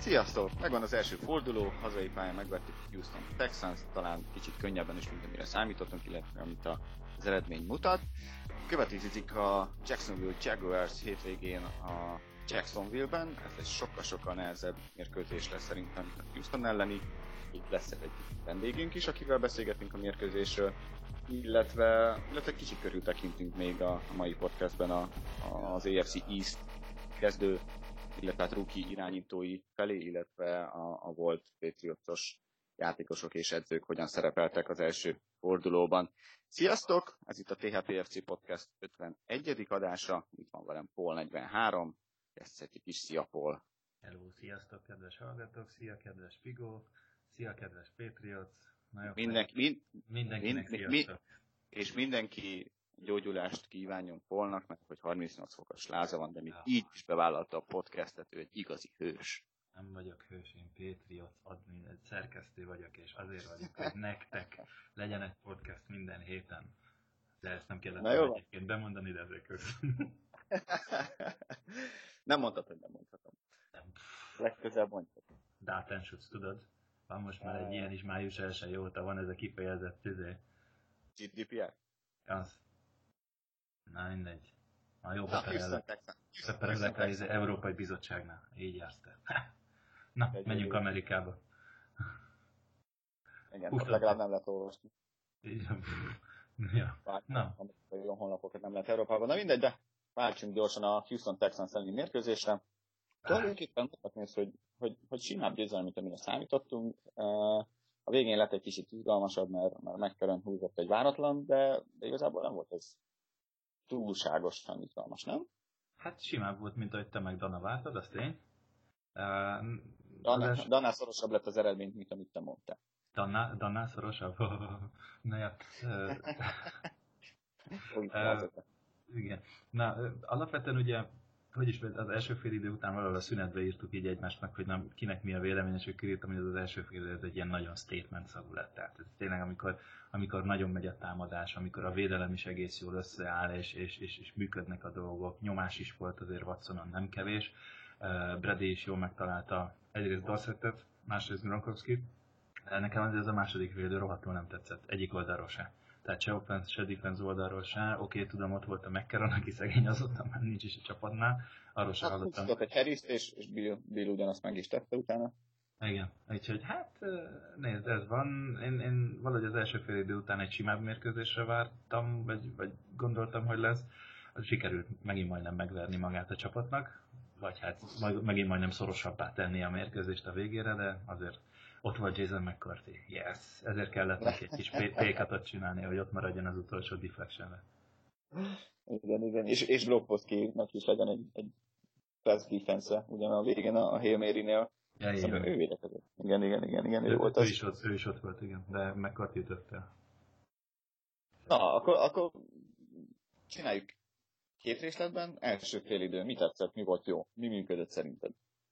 Sziasztok! Megvan az első forduló, hazai pályán megvertük a Houston Texans, talán kicsit könnyebben is, mint amire számítottunk, illetve amit az eredmény mutat. Következik a Jacksonville Jaguars hétvégén a Jacksonville-ben, ez egy sokkal-sokkal nehezebb mérkőzés lesz szerintem, mint a Houston elleni. Itt lesz egy vendégünk is, akivel beszélgetünk a mérkőzésről, illetve kicsit körültekintünk még a mai podcastben az AFC East kezdő, illetve hát rookie irányítói felé, illetve a volt Patriots-os játékosok és edzők hogyan szerepeltek az első fordulóban. Sziasztok! Ez itt a THPFC Podcast 51. adása. Itt van velem Paul 43. Kezdhetjük is. Szia, Paul! Hello, sziasztok, kedves hallgatók! Szia, kedves Pigó! Szia, kedves Patriots! Mindenkinek sziasztok! És mindenki gyógyulást kívánjon Paulnak, mert hogy 38 fokos láza van, de még így is bevállalta a podcastet, ő egy igazi hős. Nem vagyok hős, én Patriots admin, egy szerkesztő vagyok, és azért vagyok, hogy nektek legyen egy podcast minden héten. De ezt nem kellett egyébként bemondani, de ezért köszönöm. Nem mondtad, hogy nem mondhatom. Nem. Legközelebb mondtad. Datenschutz, tudod? Van most már egy ilyen is május 1 óta, van ez a kifejezett tüzé. GDPR? Az. Na mindegy. Na jó, beperelek az Európai Bizottságnál. Így jársz te. Na, menjünk Amerikába. Igen, legalább nem lehet olvasni. Ja. Na. Olyan honlapokat nem lehet Európában. Na mindegy, de váltsunk gyorsan a Houston Texans elleni mérkőzésre. Tulajdonképpen mondhatni, hogy simább győzelem, mint amire számítottunk. A végén lett egy kicsit izgalmasabb, mert McCarron húzott egy váratlan, de igazából nem volt ez túlságosan izgalmas, nem? Hát simább volt, mint ahogy te meg Dana vártad, az tény. Dannál szorosabb lett az eredmény, mint amit te mondtál. Dannál szorosabb? Na ja. Igen. Na, alapvetően ugye, hogy is az első fél idő után valahol a szünetbe írtuk így egymásnak, hogy nem, kinek mi a vélemény, és írtam, hogy az első fél idő ez egy ilyen nagyon statement szagú lett. Tehát ez tényleg, amikor nagyon megy a támadás, amikor a védelem is egész jól összeáll, és működnek a dolgok. Nyomás is volt azért Watsonon nem kevés. Brady is jól megtalálta egyrészt Dorsettet, másrészt Gronkowskit. Nekem ez a második fél idő rohadtul nem tetszett, egyik oldalról se. Tehát se offense, se defense oldalról se. Oké, tudom, ott volt a McCarron, aki szegény azóta már nincs is a csapatnál. Arról sem hallottam. Hát egy Harris-t, és Bill ugyanazt meg is tette utána. Igen, úgyhogy hát nézd, ez van. Én valahogy az első fél idő után egy simább mérkőzésre vártam, vagy gondoltam, hogy lesz. Az sikerült megint majdnem megverni magát a csapatnak, vagy hát megint majdnem szorosabbá tenni a mérkőzést a végére, de azért ott volt Jason McCarthy, yes. Ezért kellett neki egy kis pékatot csinálni, hogy ott maradjon az utolsó deflectionre. Igen. És Blokowskinak is legyen egy pass defense-e, ugyan a végén a Hail Mary-nél. Ja, ő védekezett. Igen, ő volt az. Ő is ott volt, igen, de McCarthy ütött el. Na, akkor csináljuk két részletben. Első fél idő, mi tetszett, mi volt jó, mi működött szerinted?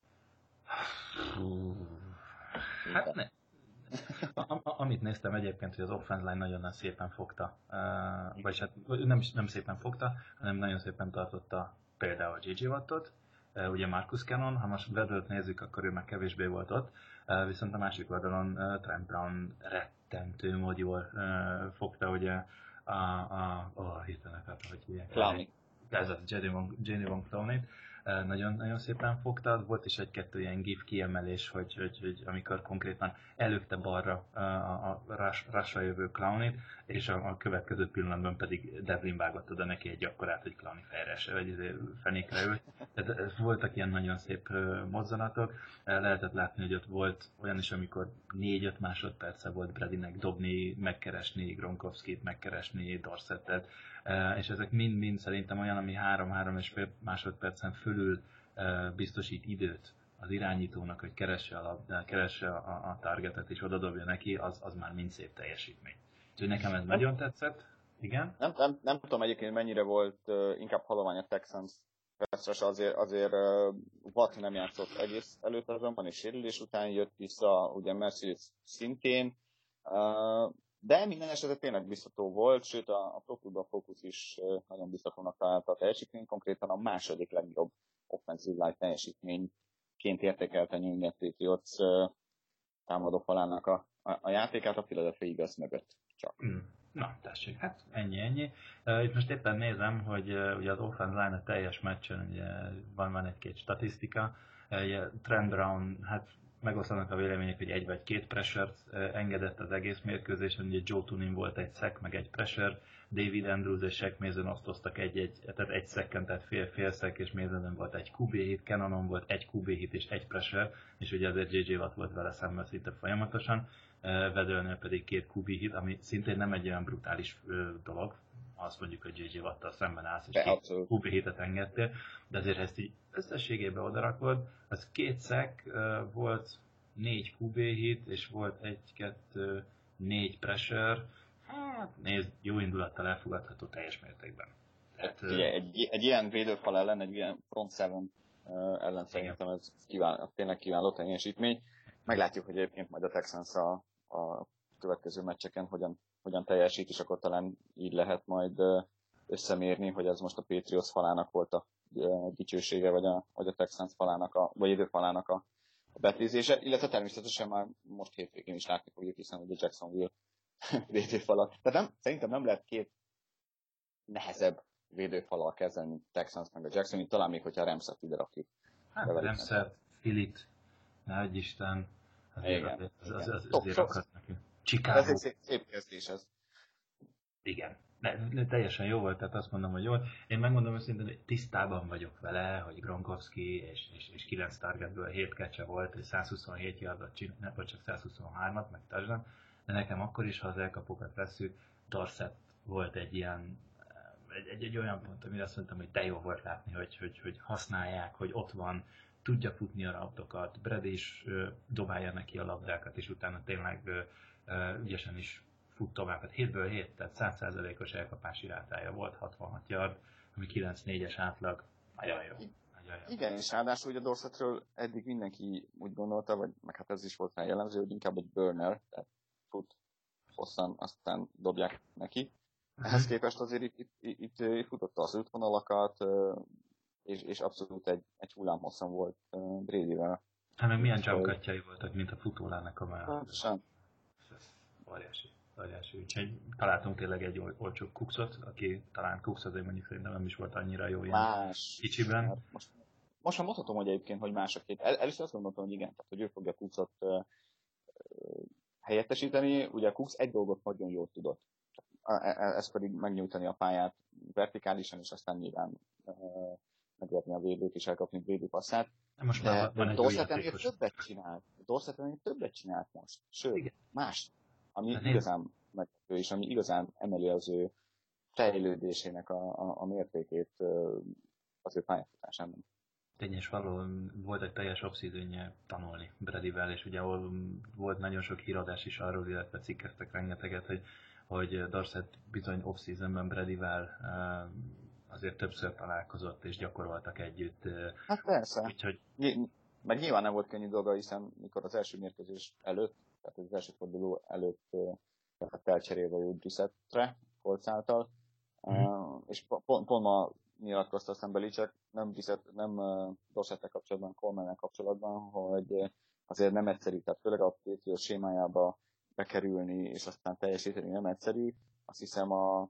Hát ne. Amit néztem egyébként, hogy az offense line nagyon szépen fogta, vagyis hát nem szépen fogta, hanem nagyon szépen tartotta például J.J. Wattot, ugye Marcus Cannon, ha most Bradley-t nézzük, akkor ő meg kevésbé volt ott, viszont a másik oldalon Trent Brown rettentő mód jól fogta, ugye hirtelen hogy hívják. Clowney. Ez az Jadon Clowney-t. Nagyon szépen fogta, volt is egy-kettő ilyen gif kiemelés, hogy amikor konkrétan előtte balra a rushra jövő Clowney-t, és a következő pillanatban pedig Devlin vágott oda neki egy akkorát, hogy Clowney fejre se, vagy fenékre ült. Tehát voltak ilyen nagyon szép mozzanatok. Lehetett látni, hogy ott volt olyan is, amikor 4-5 másodperce volt Bradynek dobni, megkeresni Gronkowskit, megkeresni Dorsettet, és ezek mind szerintem olyan, ami 3-3,5 másodpercen fölül biztosít időt az irányítónak, hogy keresse a targetet és odadobja neki, az már mind szép teljesítmény. Úgyhogy nekem ez nagyon tetszett. Igen? Nem tudom egyébként mennyire volt inkább halomány a Texans Vesztes, azért Watt nem játszott egész előtt azonban, és sérülés után jött vissza, ugye Mercedes szintén, de minden esetre tényleg biztató volt, sőt a Pro Football Focus is nagyon biztatónak találta a teljesítmény, konkrétan a második legjobb offensive line teljesítmény ként értékelte New England Patriots támadófalának a játékát a Philadelphia Eagles mögött csak. Na, tessék, hát ennyi. Itt most éppen nézem, hogy ugye az offense line a teljes meccsen ugye van egy-két statisztika. Trent Brown, hát megoszlanak a vélemények, hogy egy vagy két pressure-t engedett az egész mérkőzésen, ugye Joe Tunin volt egy sack, meg egy pressure, David Andrews és Shaq Mason osztoztak tehát egy sacken, tehát fél sack, és Masonon volt egy QB hit, Cannonon volt egy QB hit és egy pressure, és ugye azért JJ Watt volt vele szemben szinte folyamatosan, Vedőlnél pedig 2 QB hit, ami szintén nem egy olyan brutális dolog, azt mondjuk, hogy JJ Watt-tal szemben állsz, és 2 QB hitet engedtél, de azért ezt így összességében odarakod, az 2 sack volt, 4 QB hit, és volt 4 pressure, hát nézd, jó indulattal elfogadható teljes mértékben. Tehát, ugye, egy ilyen védőfal ellen, egy ilyen front seven ellen szerintem ez tényleg kiváló teljesítmény. Meglátjuk, hogy egyébként majd a Texans a következő meccseken hogyan teljesít, és akkor talán így lehet majd összemérni, hogy ez most a Patriots falának volt a dicsősége, vagy a Texans falának, vagy időfalának a betézése, illetve természetesen már most hétvégén is látni fogjuk, hiszen ugye Jacksonville védőfala. Tehát szerintem nem lehet két nehezebb védőfalal kezdeni Texans meg a Jacksonville, talán még, hogyha a Ramset ide rakjuk. Hát a Ramset, Philit, nehogy Isten, azért akad nekünk. Chicago. Ez egy szép kezdés ez. Igen. Teljesen jó volt, tehát azt mondom, hogy jó. Én megmondom őszintén, hogy tisztában vagyok vele, hogy Gronkowski és 9 targetből 7 catch volt, és 127 yardot csinált, vagy csak 123-at, meg touchdown, de nekem akkor is, ha az elkapokat vesszük, Dorsett volt egy ilyen, egy olyan pont, amire azt mondtam, hogy de jó volt látni, hogy használják, hogy ott van, tudja futni a labdokat, Brady is dobálja neki a labdákat, és utána tényleg ügyesen is fut tovább. Hát 7-ből 7, tehát 100%-os elkapási rátája volt, 66 yard, ami 9-4-es átlag. Nagyon jó. Igen, és ráadásul ugye Dorsettről eddig mindenki úgy gondolta, meg hát ez is volt rá jellemző, hogy inkább egy burner, tehát fut hosszan, aztán dobják neki. Ehhez képest azért itt futotta az útvonalakat, és abszolút egy hullámhosszan volt Bradyvel. Hát meg milyen jumpcutjai voltak, mint a futólának a már. Pontosan. Óriási. Úgyhogy találtunk tényleg egy olcsó Cooksot, aki talán Cooks azért mondjuk szerintem nem is volt annyira jó ilyen kicsiben. Hát most már mondhatom, hogy egyébként, hogy más a két. Először azt gondoltam, hogy igen, tehát hogy ő fogja Cooksot helyettesíteni. Ugye Cooks egy dolgot nagyon jól tudott. Ez pedig megnyújtani a pályát vertikálisan, és aztán nyilván megverni a védőt és elkapni a védő passzát. Most már van egy Dorset ennél többet csinált most. Sőt, igen. Más. Ami igazán meglepő, és ami igazán emeli az ő fejlődésének a mértékét az ő pályafutásában. Tény és való, volt egy teljes off-seasonje tanulni Bradyvel, és ugye ahol volt nagyon sok híradás is arról, illetve cikkeztek rengeteget, hogy Dorset bizony off-seasonben Bradyvel azért többször találkozott és gyakoroltak együtt. Hát persze. Úgyhogy... Meg nyilván nem volt könnyű dolga, hiszen mikor az első mérkőzés előtt, tehát az első forduló előtt elcserélve ő Brissettre, Colts által, és pont ma nyilatkozta aztán Belichick, nem Dorsettel kapcsolatban, Coleman-nel kapcsolatban, hogy azért nem egyszerű, tehát főleg a Patriots sémájába bekerülni, és aztán teljesíteni nem egyszerű. Azt hiszem a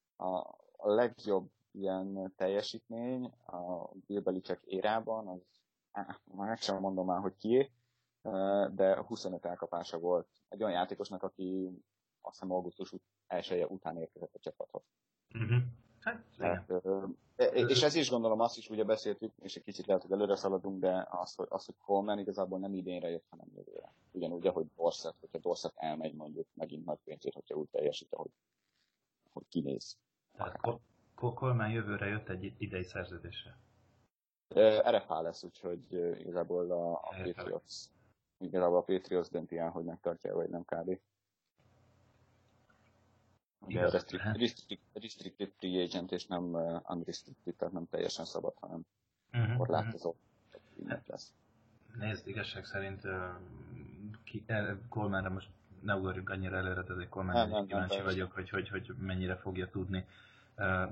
legjobb ilyen teljesítmény a Bill Belichick érában, az meg sem mondom már, hogy kié, de 25 elkapása volt egy olyan játékosnak, aki azt hiszem augusztus 1-e után érkezett a csapathoz. Hát, és ez is gondolom, azt is ugye beszéltük, és egy kicsit lehet, hogy előre szaladunk, de az, hogy Coleman igazából nem idénre jött, hanem jövőre. Ugyanúgy, ahogy Dorset, hogyha Dorset elmegy mondjuk megint nagy pénzért, hogyha úgy teljesít, hogy kinéz. Coleman jövőre jött egy idei szerződésre. RFA lesz, úgyhogy igazából a Patriots dönti el, hogy megtartja, vagy nem kb. Restricted free agent, és nem unrestricted, tehát nem teljesen szabad, hanem korlátozó. Lesz. Nézd, igazság szerint Colemanra most ne ugorjunk annyira előre, de azért Colemanra kíváncsi vagyok, hogy mennyire fogja tudni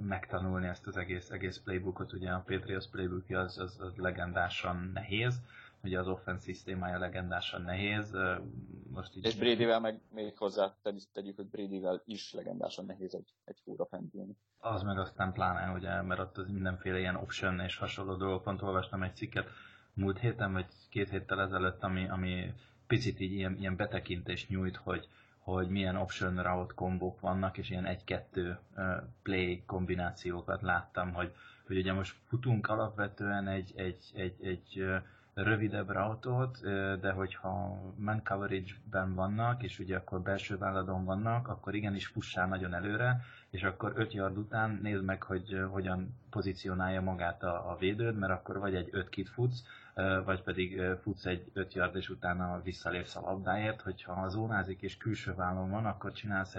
megtanulni ezt az egész playbookot. Ugye a Patriots playbookja az legendásan nehéz, ugye az offense szisztémája legendásan nehéz. Most így és Bradyvel meg még hozzá tegyük, hogy Bradyvel is legendásan nehéz egy fúra fendülni. Az meg aztán pláne, ugye, mert ott az mindenféle ilyen option és hasonló dolgok, pont olvastam egy cikket múlt héten, vagy 2 héttel ezelőtt, ami picit így ilyen betekintést nyújt, hogy milyen option route kombók vannak, és ilyen 1-2 play kombinációkat láttam, hogy ugye most futunk alapvetően egy rövidebb route-ot, de hogyha man coverage-ben vannak, és ugye akkor belső váladon vannak, akkor igenis fussál nagyon előre, és akkor 5 yard után nézd meg, hogy hogyan pozícionálja magát a védőd, mert akkor vagy egy 5 kit futsz, vagy pedig futsz egy 5 yard, és utána visszalépsz a labdáért, hogyha zónázik és külső vállon van, akkor csinálsz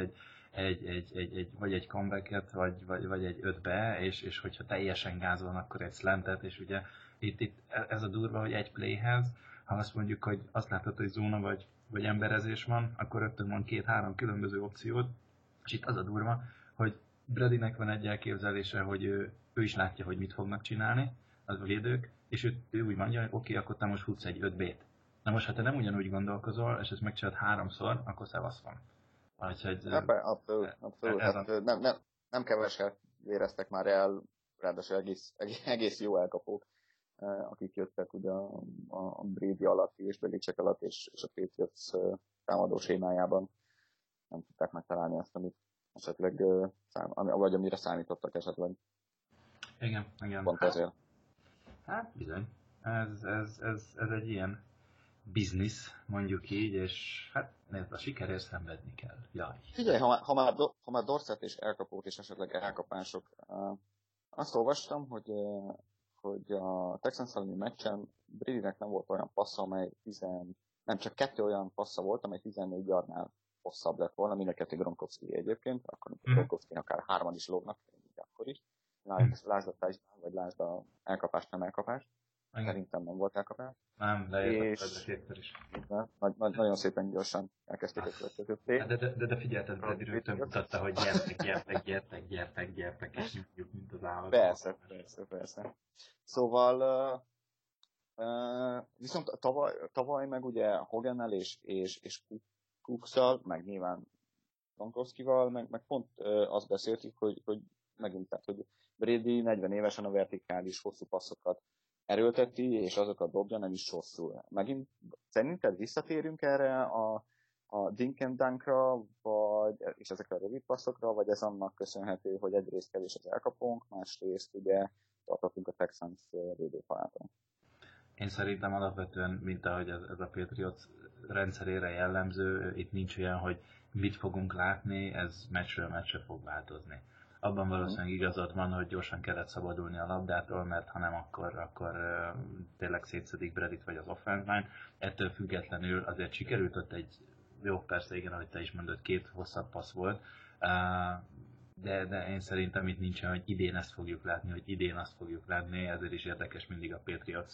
vagy egy comebacket, vagy egy 5-be, és hogyha teljesen gáz van, akkor egy slantet, és ugye itt ez a durva, hogy egy playhez, ha azt mondjuk, hogy azt látod, hogy zóna vagy emberezés van, akkor rögtön van 2-3 különböző opciót, és itt az a durva, hogy Bradynek van egy elképzelése, hogy ő is látja, hogy mit fognak csinálni az a védők, és ő úgy mondja, hogy oké, akkor te most futsz egy 5B-t. Na most, ha te nem ugyanúgy gondolkozol, és ezt megcsinálod 3-szor, akkor szevasz van. Úgyhogy, abszolút. Hát, nem keveset éreztek már el, ráadásul egész jó elkapók, akik jöttek ugye a Brady alatt, és Belichick alatt, és a Patriots támadó sémájában nem tudták megtalálni azt, amit esetleg, vagy amire számítottak esetleg. Igen. Pont ezért. Hát bizony. Ez egy ilyen biznisz, mondjuk így, és hát nézd, a sikerért szenvedni kell. Jaj. Figyelj, ha már Dorset és elkapók és esetleg elkapások, azt olvastam, hogy a Texans elleni meccsen Bradynek nem volt olyan passza, amely nem csak 2 olyan passza volt, amely 14 yardnál hosszabb lett volna, mind a 2 Gronkowski egyébként, akkor Gronkowski akár 3-an is lógnak, akkor is. Lásd a touchdown, vagy lásd a elkapást, nem elkapást. Szerintem nem volt elkapás. Nem, de értettem kétszer is. Nagyon szépen gyorsan elkezdték a következő play. De figyelted, Brady rögtön mutatta, hogy gyertek, és nyugjuk, mint az állat. Persze. Szóval, viszont tavaly meg ugye Hogannel és Cooks-szal, meg nyilván Gronkowskival, meg pont azt beszéltük, hogy megint, tehát, hogy Brady 40 évesen a vertikális hosszú passzokat erőlteti, és azokat dobja, nem is hosszú. Megint szerinted visszatérünk erre a dink and dunkra, és ezekre a rövid passzokra, vagy ez annak köszönhető, hogy egyrészt kevés az elkapónk, másrészt ugye tartottunk a Texans védőfalától. Én szerintem alapvetően, mint ahogy ez a Patriots rendszerére jellemző, itt nincs olyan, hogy mit fogunk látni, ez meccsről meccsre fog változni. Abban valószínűleg igazad van, hogy gyorsan kellett szabadulni a labdától, mert ha nem, akkor tényleg szétszedik Bradyt vagy az offense line. Ettől függetlenül azért sikerült ott jó, persze igen, ahogy te is mondod, 2 hosszabb passz volt, de én szerintem itt nincsen, hogy idén ezt fogjuk látni, hogy idén azt fogjuk látni, ezért is érdekes mindig a Patriots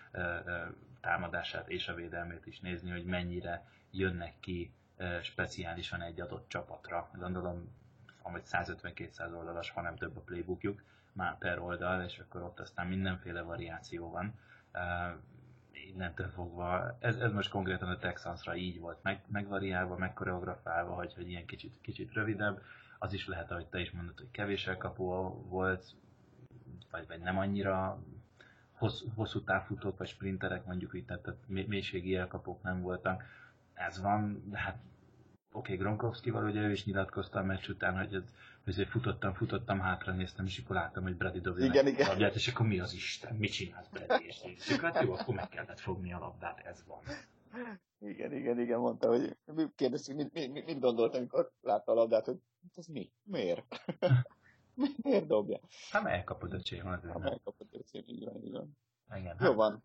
támadását és a védelmét is nézni, hogy mennyire jönnek ki speciálisan egy adott csapatra. Gondolom, vagy 150-200 oldalas, ha nem több a playbookjuk már per oldal, és akkor ott aztán mindenféle variáció van. Innentől fogva, ez most konkrétan a Texansra így volt megvariálva, megkoreografálva, hogy ilyen kicsit rövidebb. Az is lehet, ahogy te is mondod, hogy kevés elkapó volt, vagy nem annyira hosszú távfutók, vagy sprinterek mondjuk így, tehát mélységi elkapók nem voltak. Ez van, de hát oké, Gronkowskival ugye ő is nyilatkozta a meccs után, hogy ezért futottam, hátra néztem, és akkor láttam, hogy Brady dobja meg a labdát, és akkor mi az Isten, mit csinálsz Brady? És hát jó, akkor meg kellett fogni a labdát, ez van. Igen, mondta, hogy kérdeztük, mit gondolt, amikor látta a labdát, hogy ez mi? Miért? Miért dobja? Hát elkapod a csém, így van. Igen, jó van.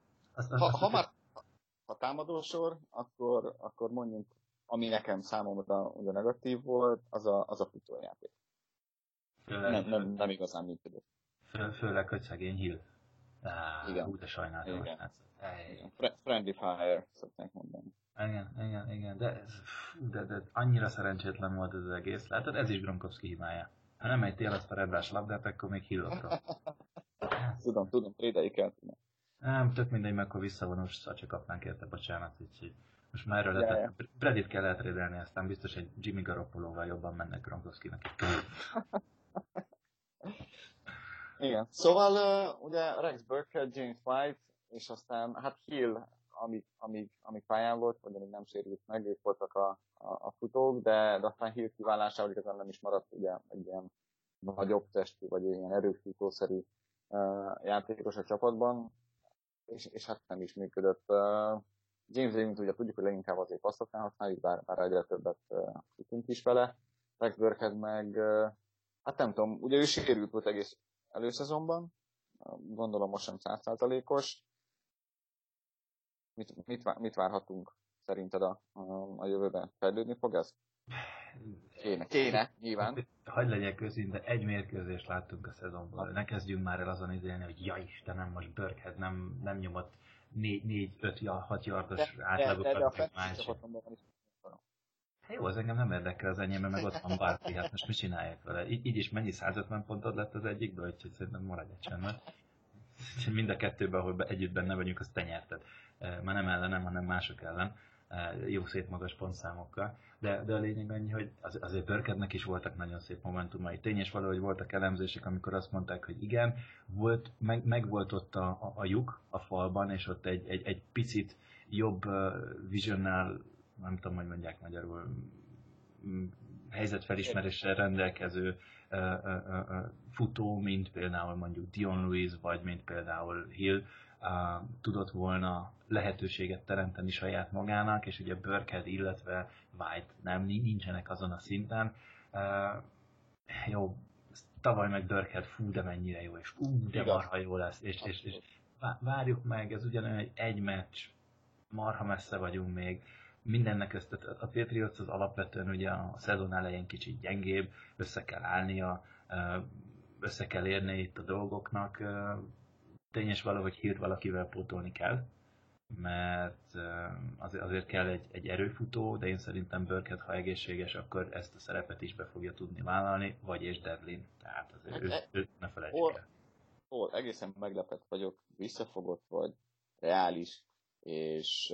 Ha támadósor, akkor mondjuk, ami nekem számomra ugye negatív volt, az a futójáték. Nem igazán működött. Főleg, hogy szegény Hill. Igen. De sajnáltam. Friendly fire, szokták mondani. Igen, de annyira szerencsétlen volt ez az egész. Látod, ez is Gronkowski hibája. Ha nem ejtél azt a rebrás labdát, akkor még Hill ott. Tudom, trédeljük el. Nem, tök mindegy, mert akkor visszavonul, csak kapnánk érte bocsánat, úgyhogy most már erről lehet, Bradit kell eltrédelni, aztán biztos egy Jimmy Garoppolóval jobban mennek Gronkowskinak. Igen. Szóval ugye Rex Burkhead, James White, és aztán hát Hill, amíg pályán volt, vagy amíg nem sérült meg, ők voltak a futók, de aztán Hill kiválásával igazán nem is maradt ugye egy ilyen nagyobb testű, vagy ilyen erőfutószerű játékos a csapatban, és hát nem is működött. James Davis ugye tudjuk, hogy leginkább azért passzoknál használjuk, bár egyre többet futunk is vele. Rex Burkhead meg, hát nem tudom, ugye ő sérült volt egész előszezonban, gondolom most sem 100%-os. Mit várhatunk szerinted a jövőben? Fejlődni fog ez? Kéne, nyilván. Hagy legyek őszinte, egy mérkőzést láttunk a szezonból. Ne kezdjünk már el azon izélni, hogy ja Istenem, most Burkhead nem nyomott 4-5-6 yardos átlagokat. De a fantasy csapatomban van is. Jó, az engem nem érdekel az enyém, meg ott van Barkley, hát most mit csinálják vele? Így is mennyi 150 pontod lett az egyikből, úgyhogy szerintem maradj egy csendben. Mind a kettőben, ahol együtt benne vagyunk, azt te nyerted. Már nem ellenem, hanem mások ellen. Jó szép magas pontszámokkal. De a lényeg annyi, hogy azért Burkheadnek is voltak nagyon szép momentumai. Tény és való, hogy voltak elemzések, amikor azt mondták, hogy igen, meg volt ott a lyuk a falban, és ott egy picit jobb visionnál, nem tudom, hogy mondják magyarul, helyzetfelismeréssel rendelkező futó, mint például mondjuk Dion Lewis, vagy mint például Hill, tudott volna lehetőséget teremteni saját magának, és ugye Burkhead, illetve White nincsenek azon a szinten. Jó, tavaly meg Burkhead, fú, de mennyire jó, és de marha jó lesz, és várjuk meg, ez ugyanolyan egy meccs, marha messze vagyunk még, mindennek ezt, a Patriots az alapvetően ugye a szezon elején kicsit gyengébb, össze kell állnia, össze kell érni itt a dolgoknak, tényes valahogy hírt valakivel pótolni kell, mert azért kell egy erőfutó, de én szerintem Burkhead, ha egészséges, akkor ezt a szerepet is be fogja tudni vállalni, vagy és Devlin, tehát azért őt ne felejtsük el. Egészen meglepett vagyok, visszafogott vagy, reális, és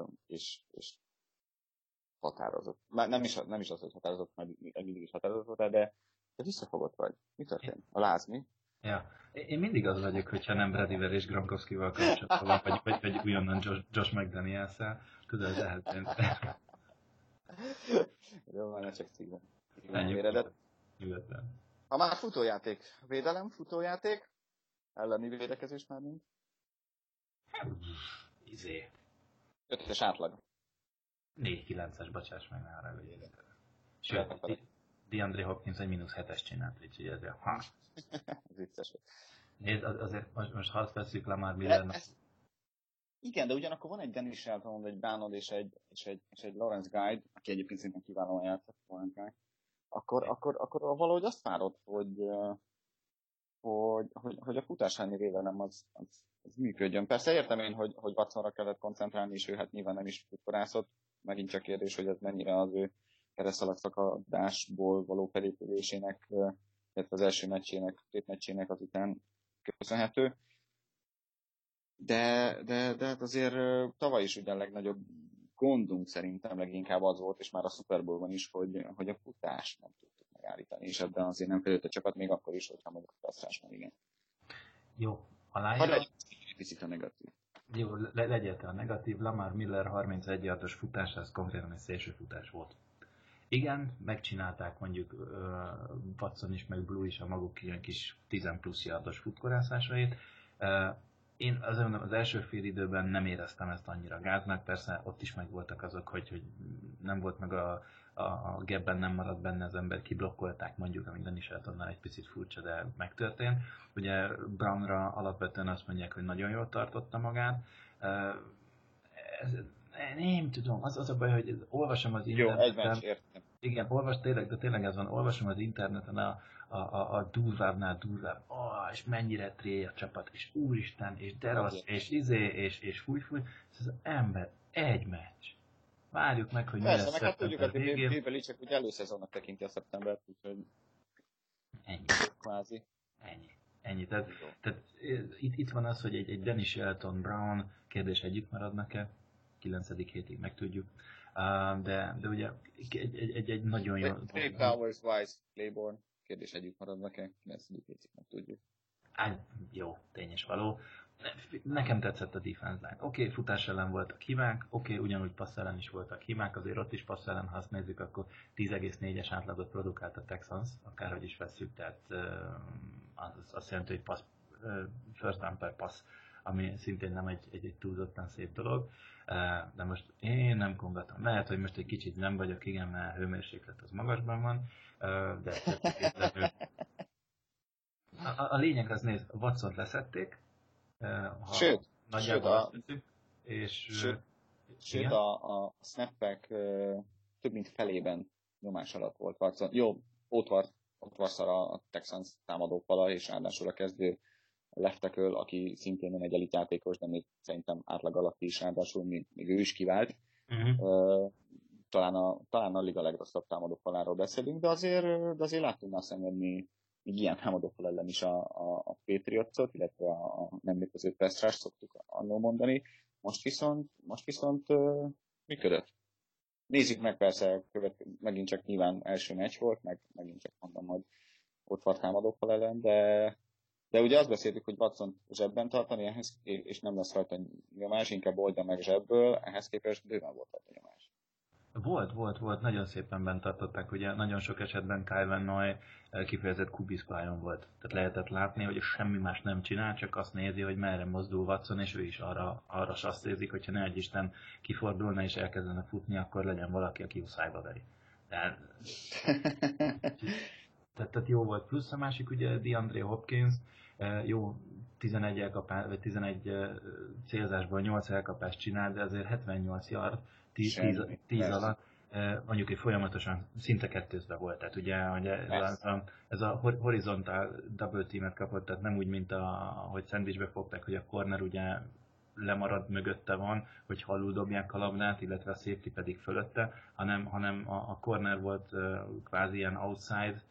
határozott. Már nem is az, hogy határozott, mert mindig is határozott volt, de visszafogott vagy. Mi történt? A láz, mi? Ja. Én mindig az vagyok, hogyha nem Bradyvel és Gronkowskival kapcsolatban van, vagy újonnan Josh McDaniels-szel. Tudod, lehetően. Jó, már ne csak szívem. Nyugodtan. Ha már futójáték, védelem, futójáték, elleni védekezés már nincs. 5-es átlag. 4-9-es, bocsáss meg, ne haragudj. Sőt, DeAndre Hopkins egy -7-es csinált, úgyhogy ezért. Vicces. Nézd, azért most hadd veszük Lamar Millernek. Igen, de ugyanakkor van egy Dennis Shelton, egy Bánod és egy Lawrence Guide, aki egyébként szintén kiválóan játszott, Lawrence Guide. Akkor valahogy azt várod, hogy a futás elleni védelem az működjön. Persze értem én, hogy Watsonra kellett koncentrálni, és ő hát nyilván nem is futkorászott. Megint csak kérdés, hogy ez mennyire az ő keresztalagszakadásból való felépülésének, illetve az első két meccsének azután köszönhető. De hát azért tavaly is ugye a legnagyobb gondunk szerintem leginkább az volt, és már a Super Bowl-ban is, hogy a futást nem tudtuk megállítani, és ebben azért nem fejlődött a csapat, még akkor is, hogyha mondjuk a passzás van, igen. Jó, aláírom. Ha picit a negatív. Jó, legyél te a negatív. Lamar Miller 31 yardos futás, ez konkrétan egy szélső futás volt. Igen, megcsinálták mondjuk Watson is, meg Blue is a maguk ilyen kis 10 plusz yardos futkorászásait. Én az első fél időben nem éreztem ezt annyira gáznak, persze ott is megvoltak azok, hogy nem volt meg a gapben, nem maradt benne az ember, kiblokkolták mondjuk, ami nem is lehet annál egy picit furcsa, de megtörtént. Ugye Brownra alapvetően azt mondják, hogy nagyon jól tartotta magát. Nem tudom, az a baj, hogy olvasom az interneten. Jó, egy meccs, értem. Igen, tényleg ez van, olvasom az interneten a durvábbnál durvább, és mennyire tré a csapat, és úristen, és de rossz, és fúj, ez az ember, egy meccs. Várjuk meg, hogy mi lesz szeptember végén. Persze, meg hát tudjuk, hogy Belichick úgy előszezonnak tekinti a szeptembert, úgyhogy ennyi. Kvázi. Ennyi. Ennyi. Tehát itt van az, hogy egy Danny Shelton Brown kérdés együtt maradnak-e, 9. hétig megtudjuk. De ugye egy nagyon jó... Trey Powers, Wise, Claiborne kérdés együtt maradnak-e, 9. hétig megtudjuk. Jó, tény és való. Nekem tetszett a defense line. Oké, futás ellen voltak hibák, ugyanúgy passz ellen is voltak hibák, azért ott is passz ellen, ha azt nézzük, akkor 10,4-es átlagot produkált a Texans, akárhogy is vesszük, tehát az azt jelenti, hogy first down per pass, ami szintén nem egy túlzottan szép dolog, de most én nem kongatom. Lehet, hogy most egy kicsit nem vagyok, igen, mert a hőmérséklet az magasban van, de a lényeg az, nézd, Watsont leszették, sőt, a snappek több mint felében nyomás alatt volt Watson. Jó, ott var szar a Texans támadófala, és ráadásul a kezdő left tackle, aki szintén nem egy elit játékos, de még szerintem átlag alatt is, ráadásul még ő is kivált. Talán a liga legrosszabb támadófaláról beszélünk, de azért láttunk már szenvedni ilyen támadófal ellen is a Patriotsot, illetve a nem létező pass rush szoktuk annól mondani. Most viszont működött. Nézzük meg, persze, megint csak nyilván első meccs volt, meg megint csak mondom, hogy ott van támadófal ellen, de ugye azt beszéltük, hogy Watson zsebben tartani, ehhez, és nem lesz rajta nyomás, inkább oldja meg zsebből, ehhez képest bőven volt rajta nyomás. Volt, nagyon szépen bent tartották, ugye nagyon sok esetben Kyle Van Noy kifejezett kubiszpályon volt. Tehát lehetett látni, hogy semmi más nem csinál, csak azt nézi, hogy merre mozdul Watson, és ő is arra sasszézik, hogyha ne egy Isten kifordulna és elkezdene futni, akkor legyen valaki, aki szájba veri. Tehát jó volt. Plusz a másik, ugye DeAndre Hopkins, jó 11 célzásból 8 elkapást csinál, de azért 78 yard, 10 alatt, mondjuk egy folyamatosan szinte kettőzve volt. Tehát ugye ez a horizontál double teamet kapott, tehát nem úgy, mint hogy szendvicsbe fogták, hogy a corner ugye lemarad mögötte van, hogy halul dobják a labdát, illetve a safety pedig fölötte, hanem a corner volt kvázi ilyen outside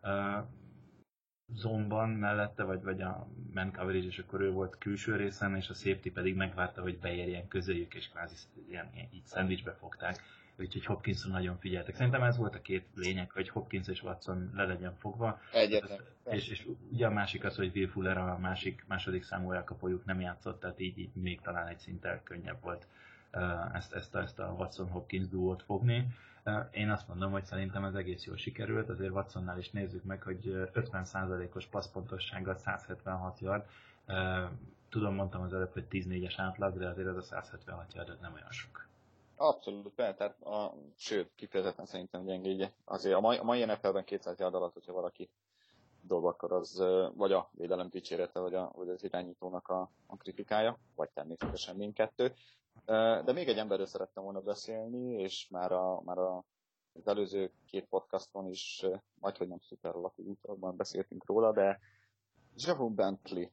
zónban mellette, vagy a man coverage, és akkor ő volt külső részen, és a safety pedig megvárta, hogy beérjen közöljük, és kvázi így szendvicsbe fogták. Úgyhogy Hopkinson nagyon figyeltek. Szerintem ez volt a két lényeg, hogy Hopkins és Watson le legyen fogva. És ugye a másik az, hogy Will Fuller a második számú elkapójuk nem játszott, tehát így még talán egy szinttel könnyebb volt ezt a Watson-Hopkins duót fogni. Én azt mondom, hogy szerintem ez egész jól sikerült, azért Watsonnál is nézzük meg, hogy 50%-os passzpontossággal 176 yard. Tudom, mondtam az előbb, hogy 14-es átlag, de azért ez a 176 yard nem olyan sok. Abszolút, tehát sőt, kifejezetten szerintem gyengédje. Azért a mai NFL-ben 200 yard alatt, hogyha valaki dob, akkor az vagy a védelem dicsérete, vagy az irányítónak a kritikája, vagy természetesen mindkettő. De még egy emberről szerettem volna beszélni, és már az előző két podcaston is, majdhogy nem szuper alakútokban beszéltünk róla, de Javon Bentley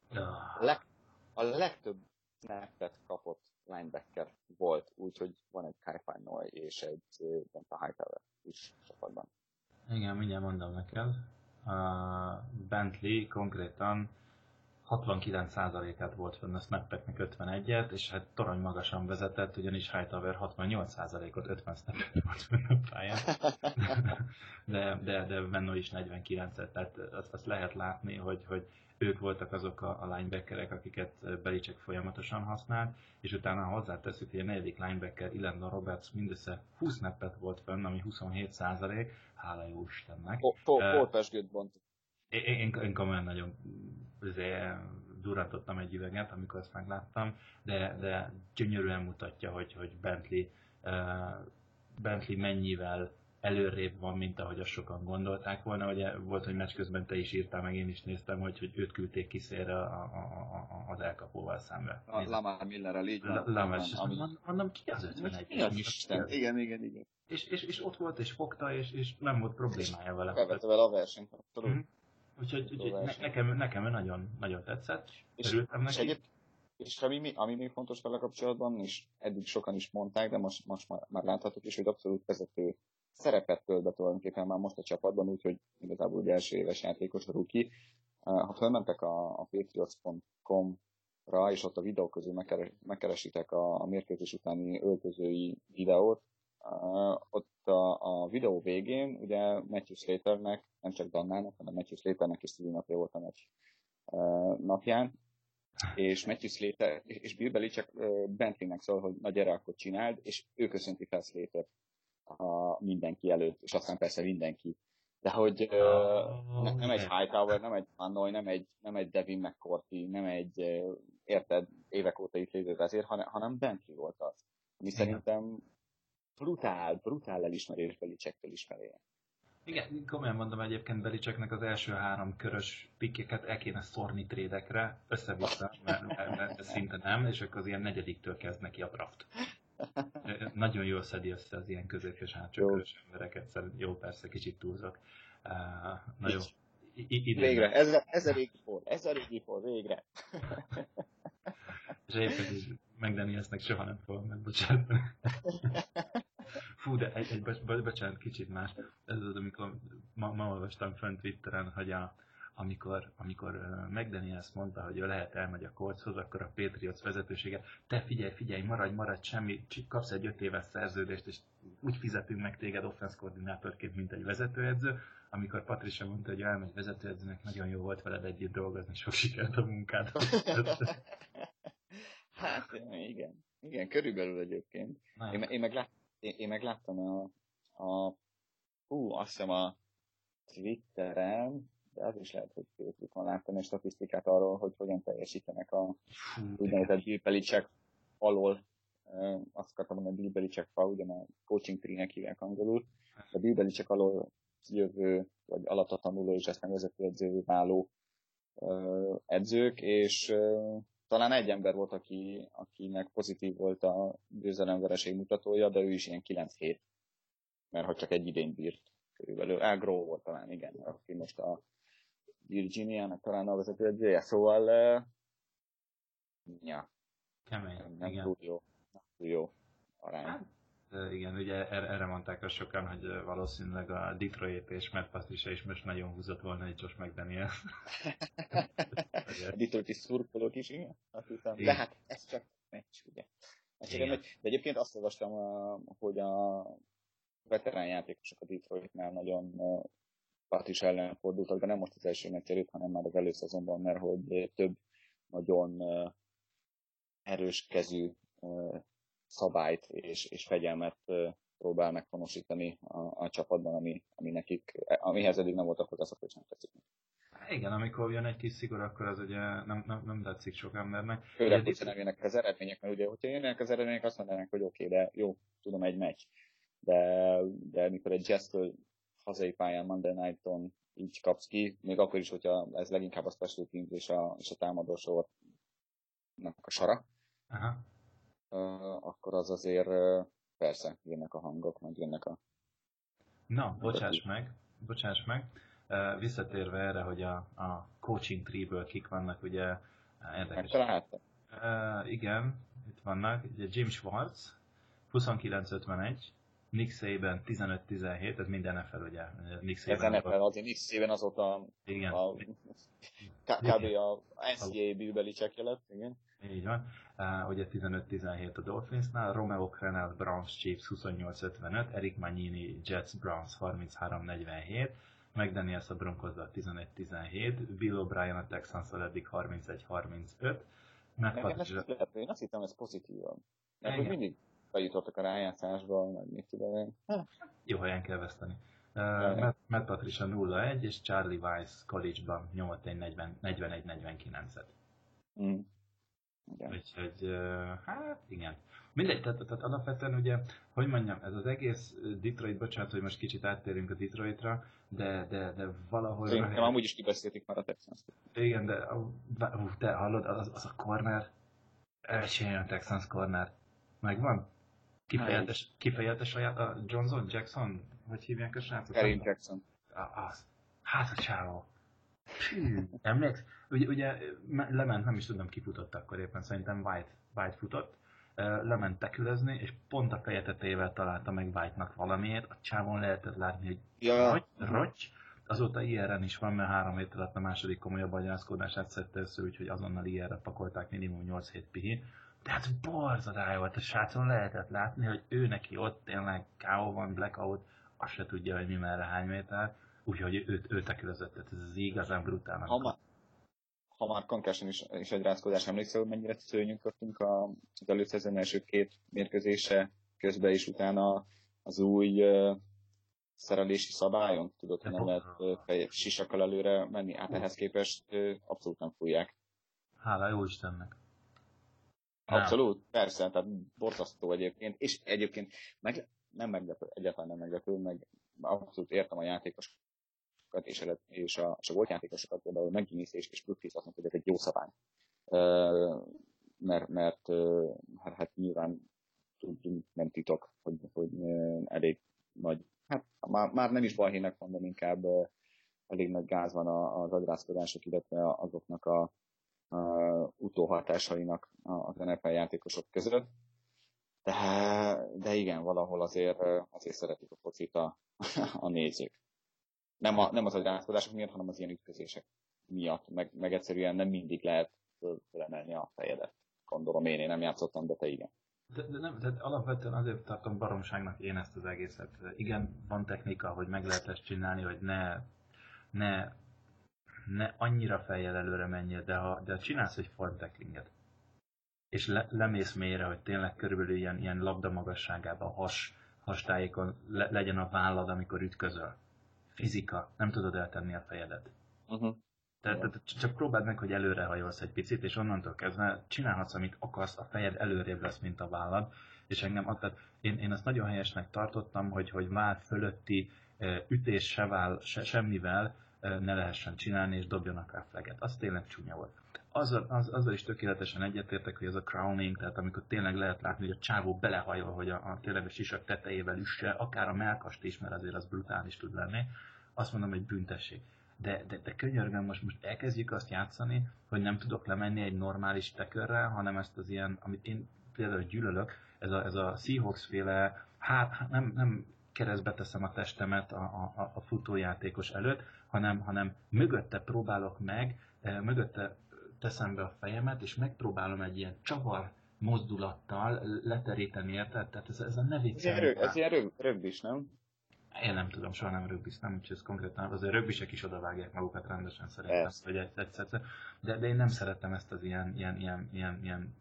a legtöbb snappet kapott linebacker volt, úgyhogy van egy Kyle Van Noy és egy Donta Hightower is csapatban. Igen, mindjárt mondom neked. Bentley konkrétan 69%-át volt fönn a snappeknek 51-et, és hát torony magasan vezetett, ugyanis Hightower 68%-ot 50 snappet volt fönn a pályán. de Venno is 49-et, tehát azt lehet látni, hogy ők voltak azok a linebackerek, akiket Belichick folyamatosan használt, és utána hozzáteszük, hogy a negyedik linebacker Elandon Roberts mindössze 20 snappet volt fönn, ami 27%, hála jó Istennek. Paul Pesgőt bont. Én komolyan nagyon durrantottam egy üveget, amikor ezt megláttam, de gyönyörűen mutatja, hogy Bentley mennyivel előrébb van, mint ahogy azt sokan gondolták volna. Ugye volt, hogy meccs közben te is írtál, meg én is néztem, hogy őt küldték ki szélre az elkapóval szembe. Lamar Millerrel, így van. Mondom, ki az 51? Igen. És ott volt, és fogta, és nem volt problémája vele. Bevette vele a versenyt. Úgyhogy nekem nagyon, nagyon tetszett. Örültem neki. És ami még fontos vele kapcsolatban, és eddig sokan is mondták, de most már láthatók is, hogy abszolút vezető szerepet tölt be tulajdonképpen már most a csapatban, úgyhogy igazából ugye első éves játékos a rookie. Ha fölmentek a patriots.com-ra, és ott a videók közül megkeresitek a mérkőzés utáni öltözői videót, ott a videó végén ugye Matthew Slaternek, nem csak Dannának, hanem Matthew Slaternek is szülinapja volt a meccs napján, és Matthew Slater és Bill Belichick Bentleynek szól, hogy na gyere, akkor csináld, és ő köszönti fel Slater mindenki előtt, és aztán persze mindenki. De hogy nem egy Hightower, nem egy Hanoi, nem egy Devin McCourty, nem egy, érted, évek óta itt lévő vezér, hanem Bentley volt az. Ami szerintem brutál elismerés Belichicktől is felé. Igen, komolyan mondom, egyébként Belichicknek az első 3 körös pikkeket el kéne szórni trédekre, össze-vissza, mert szinte nem, és akkor az ilyen 4-től kezd neki a draft. Nagyon jól szedi össze az ilyen közép és hátsó körös embereket, jó, persze, kicsit túlzok. Nagyon végre, ez a régi por, végre. És egyébként is McDanielsnek soha nem fogom megbocsátani. Fú, de bocsánat, kicsit más. Ez az, amikor ma olvastam fönn Twitteren, hogy amikor McDaniels mondta, hogy ő elmegy a Coltshoz, akkor a Patriots vezetősége, te figyelj, maradj, semmi, kapsz egy 5 éves szerződést, és úgy fizetünk meg téged offense koordinátorként, mint egy vezetőedző. Amikor Patricia mondta, hogy elmegy vezetőedzőnek, nagyon jó volt veled együtt dolgozni, sok sikert a munkádhoz. Hát, igen, körülbelül egyébként. Én meg láttam azt hiszem a Twitteren, de az is lehet, hogy Facebookon láttam egy statisztikát arról, hogy hogyan teljesítenek a úgynevezett Bill Belichick alól, azt akartam mondani, Bill Belichick fa, ugye a coaching tree-nek hívják angolul, a Bill Belichick alól jövő, vagy alatta tanuló és aztán vezetőedzővé váló edzők, és talán egy ember volt, akinek pozitív volt a győzelemvereség mutatója, de ő is ilyen 9-7, mert ha csak egy idény bírt körülbelül. Al Groh volt talán, igen, aki most a Virginia-nak talán a vezetőedzője, szóval kemény, nem igen. túl jó arány. Hát, igen, ugye erre mondták azt sokan, hogy valószínűleg a Detroit és Matt Patricia is most nagyon húzott volna egy Josh McDaniels. A Detroit is szurkolók is, igen? De hát ez csak meccs, ugye. De egyébként azt olvastam, hogy a veterán játékosok a Detroitnál nagyon Patricia ellen fordultak, de nem most az első meccs előtt, hanem már az előszezonban, mert hogy több nagyon erős kezű szabályt és fegyelmet próbál meghonosítani a csapatban, amihez eddig nem voltak hozzászokva, hogy sem tetszik. Igen, amikor jön egy kis szigor, akkor az ugye nem tetszik sok embernek. Főleg, hogyha nem jönnek az eredmények, mert ugye, hogyha jönnek az eredmények, azt mondanak, hogy oké, de jó, tudom, egy meccs. De mikor egy Jazz-től hazai pályán Monday Night-on így kapsz ki, még akkor is, hogyha ez leginkább a special teams és a támadósornak a sara, akkor az azért persze jönnek a hangok, meg jönnek a... Na, bocsáss meg. Visszatérve erre, hogy a coaching tree-ből kik vannak, ugye érdekes. Megtaláltam. Igen, itt vannak. Ugye Jim Schwartz, 29-51, Nick Saban 15-17, ez minden NFL, ugye? Nick Saban ez NFL, azért Nick Saban azóta kb. A NCAA Bill Belichick lett, igen. Így van. Ugye 15-17 a Dolphinsnál, Romeo Crennel Browns Chiefs 28-55, Eric Magnini Jets Browns 33-47, McDaniels a Broncos-dal 11-17, Bill O'Brien a Texans-szal eddig 31-35. Én azt hittem, ez pozitívan. Mert hogy mindig bejutottak a rájátszásba, meg mit tudom én. Jó helyen kell veszteni. Matt Patricia 0-1, és Charlie Weiss college-ban nyomott egy 41-49-et. Úgyhogy, hát igen. Mindegy, tehát alapvetően ugye, hogy mondjam, ez az egész Detroit, bocsánat, hogy most kicsit áttérünk a Detroitra, de valahol... Szerintem amúgy is kibeszélték már a Texans-t. Igen, de hallod, az a corner, elcsinálja a Texans corner. Megvan? Kifejelte saját a Jackson? Hogy hívják a srácot? Kareem Jackson. Az. Hát a csávó. Emléksz? Ugye lement, nem is tudom, ki futott akkor éppen, szerintem White futott. lement tekülezni, és pont a feje tetejével találta meg White-nak valamiért. A csávon lehetett látni, hogy rogy. Azóta IR-en is van, mert 3 hét alatt a második komolyabb agyászkódását szedte össze, úgyhogy azonnal IR-re pakolták minimum 8 hét pihi. De hát borzadály volt, a srácon lehetett látni, hogy ő neki ott tényleg KO van, blackout, azt se tudja, hogy mi merre hány méter, úgyhogy ő tekülözött, tehát ez igazán brutál. Ha már Concussion is egy rázkodás, emlékszel, hogy mennyire szörnyűködtünk az előszezon első 2 mérkőzése közben és utána az új szerelési szabályon, tudod, hogy nem lehet sisakkal előre menni, hát ehhez képest abszolút nem fújják. Hála jó Istennek. Abszolút, persze, tehát borzasztó egyébként, és egyébként nem meglepő, egyáltalán nem meglepő, meg abszolút értem a játékosokat és a volt játékosokat, például McGinnis és Brookfield azt mondta, hogy ez egy jó szabály. Mert hát nyilván tudjuk, nem titok, hogy elég nagy, hát már nem is balhének mondom, inkább elég nagy gáz van az agyrázkodások, illetve azoknak a utóhatásainak az NFL játékosok között. De igen, valahol azért szeretik a focit a nézők. Nem az agyrázkodások miatt, hanem az ilyen ütközések miatt, meg egyszerűen nem mindig lehet fölemelni a fejedet. Gondolom én nem játszottam, de te igen. De alapvetően azért tartom baromságnak én ezt az egészet. Igen, van technika, hogy meg lehet ezt csinálni, hogy ne annyira fejjel előre menjél, de csinálsz egy form tacklinget, és lemész mélyre, hogy tényleg körülbelül ilyen labda magasságában, hastájékon legyen a vállad, amikor ütközöl. Fizika, nem tudod eltenni a fejedet. Tehát csak próbáld meg, hogy előre hajolsz egy picit, és onnantól kezdve csinálhatsz, amit akarsz, a fejed előrébb lesz, mint a vállad, és engem tehát én azt nagyon helyesnek tartottam, hogy váll fölötti ütés semmivel ne lehessen csinálni, és dobjanak rá flaget. Az tényleg csúnya volt. Azzal is tökéletesen egyetértek, hogy ez a crowning, tehát amikor tényleg lehet látni, hogy a csávó belehajol, hogy tényleg a sisak tetejével üsse, akár a mellkast is, mert azért az brutális tud lenni, azt mondom, hogy büntesség. De könyörgöm, most elkezdjük azt játszani, hogy nem tudok lemenni egy normális tekörrel, hanem ezt az ilyen, amit én például gyűlölök, ez a Seahawks féle, nem keresztbe teszem a testemet a futójátékos előtt, hanem mögötte próbálok meg, mögötte teszem be a fejemet, és megpróbálom egy ilyen csavar mozdulattal leteríteni, érted? Tehát ez a ne viccelj. Ez ilyen rögbis, nem? Én nem tudom, soha nem rögbiztem, úgyhogy ez konkrétan, azért rögbisek is odavágják magukat rendesen szerintem, vagy egyszer. De én nem szerettem ezt az ilyen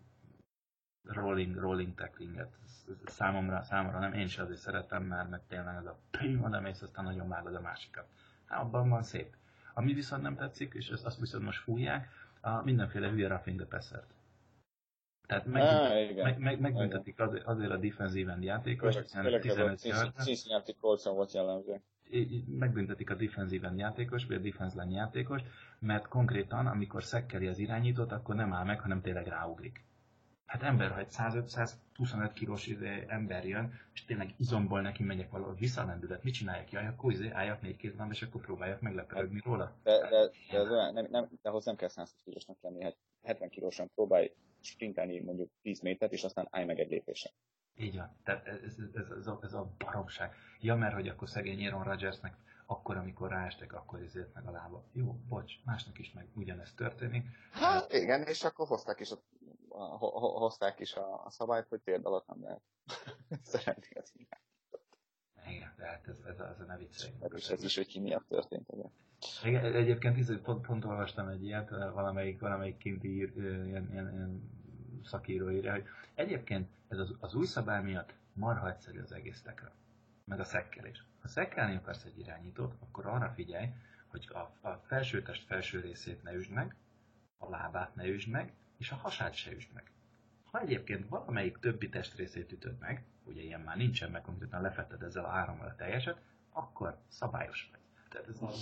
rolling tacklinget. Számomra nem, én sem azért szeretem, mert tényleg ez a pim, oda mész, aztán nagyon vágod a másikat. Hát abban van szép. Ami viszont nem tetszik, és azt viszont most fújják, a mindenféle hülye roughing the passer-t. Tehát megbüntetik azért a defensive end játékost, hiszen 15 yardra. Cincinnati Coltson volt jellemző. Megbüntetik a defensive end játékos, vagy a defense line játékost, mert konkrétan, amikor szekkeli az irányítót, akkor nem áll meg, hanem tényleg ráugrik. Hát ember, ha egy 105-125 kilós ember jön, és tényleg izomból neki megyek valahol visszalendület, mit csináljak? Jaj, akkor álljak 4 kézben, és akkor próbáljak meglepődni róla. De ahhoz nem kell 120 kilósnak lenni, hát 70 kilósan próbálj sprintelni mondjuk 10 métert, és aztán állj meg egy lépésre. Így van, tehát ez a baromság. Ja, mert hogy akkor szegény Aaron Rodgersnek akkor, amikor ráestek, akkor ezért meg a lába. Jó, bocs, másnak is meg ugyanezt történik. Hát igen, és akkor hozták is a szabályt, hogy térd alatt nem lehet szeretni az irányítót. Igen, de hát ez a ne viccelj. Ez is, hogy ki miatt történt. Igen, egyébként pont olvastam egy ilyet, valamelyik kinti ilyen szakíró írja, hogy egyébként ez az új szabály miatt marha egyszerű az egész tekra, meg a szekkelés. Ha szekkelni akarsz egy irányítót, akkor arra figyelj, hogy a felsőtest felső részét ne üsd meg, a lábát ne üsd meg, és a hasát se üsd meg. Ha egyébként valamelyik többi testrészét ütöd meg, ugye ilyen már nincsen, meg konkrétan lefetted ezzel a 3-mal a teljeset, akkor szabályos vagy. Tehát ez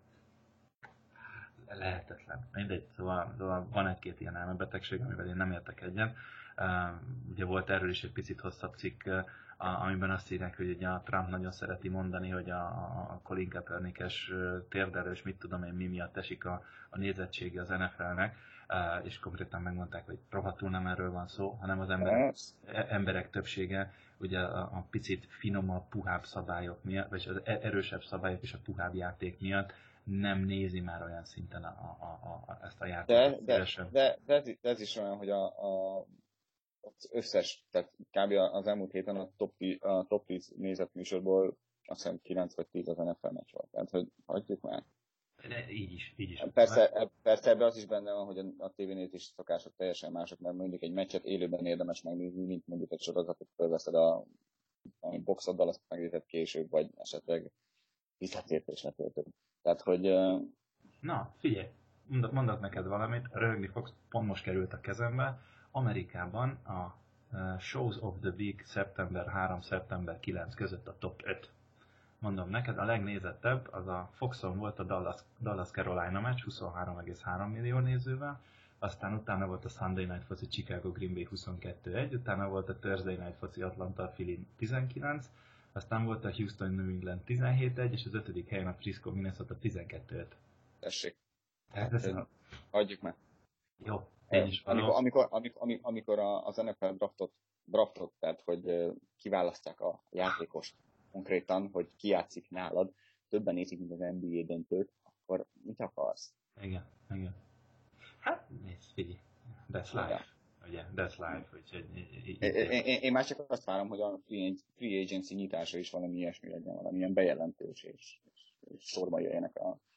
lehetetlen. Mindegy, szóval van egy-két ilyen elmebetegség, amivel én nem értek egyet. Ugye volt erről is egy picit hosszabb cikk amiben azt írják, hogy ugye a Trump nagyon szereti mondani, hogy a Colin Kaepernick-es térderős, mit tudom én mi miatt esik a nézettsége az NFL-nek, és konkrétan megmondták, hogy rohadtul nem erről van szó, hanem az emberek többsége ugye a picit finomabb, puhább szabályok miatt, vagy az erősebb szabályok és a puhább játék miatt nem nézi már olyan szinten ezt a játékot szívesen. De ez is olyan, hogy az összes, tehát kb. Az elmúlt héten a top 10 nézett műsorból azt hiszem 9 vagy 10 az NFL meccs volt. Tehát, hogy hagyjuk már. De így is. Persze ebben az is benne van, hogy a tévénézési szokások teljesen mások, mert mondjuk egy meccset élőben érdemes megnézni, mint mondjuk egy sorozatot, fölveszed a boxoddal, azt megnézed később, vagy esetleg visszatértésre töltöd. Tehát, hogy... Na, figyelj, mondok neked valamit, röhögni fogsz, pont most került a kezembe. Amerikában a Shows of the Week szeptember 3, szeptember 9 között a top 5. Mondom neked, a legnézettebb az a Foxon volt a Dallas Carolina meccs 23,3 millió nézővel, aztán utána volt a Sunday Night Foci Chicago Green Bay 22-1, utána volt a Thursday Night Foci Atlanta Philly 19, aztán volt a Houston New England 17-1, és az 5. helyen a Frisco Minnesota 12-5. Tessék. Hagyjuk meg. Jó. Amikor az NFL draftot, tehát hogy kiválasztják a játékost konkrétan, hogy ki játszik nálad, többen nézik, mint az NBA döntőt, akkor mit akarsz? Igen. Hát nézd, figyelj, that's life. Ugye, that's life. Én már csak azt várom, hogy a free agency nyitása is valami ilyesmi legyen, valamilyen bejelentés, és sorba jöjjenek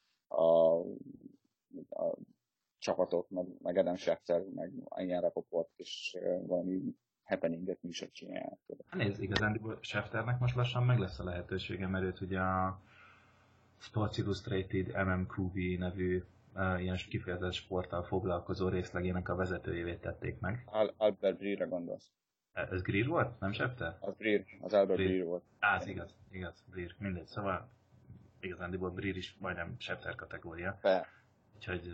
a csapatok, meg Adam Schefter, meg Ian Rapoport, és valami happeninget műsort csinálják. Nézd, igazán Schefternek most lassan meg lesz a lehetősége, mert őt ugye a Sports Illustrated MMQB nevű ilyen kifejezett sporttal foglalkozó részlegének a vezetőjévé tették meg. Albert Breer-re gondolsz? Ez Greer volt? Nem Schefter? Az Albert Breer volt. Az igaz, Breer. Mindegy, szóval igazándiból Breer is majdnem Schefter kategória. Úgyhogy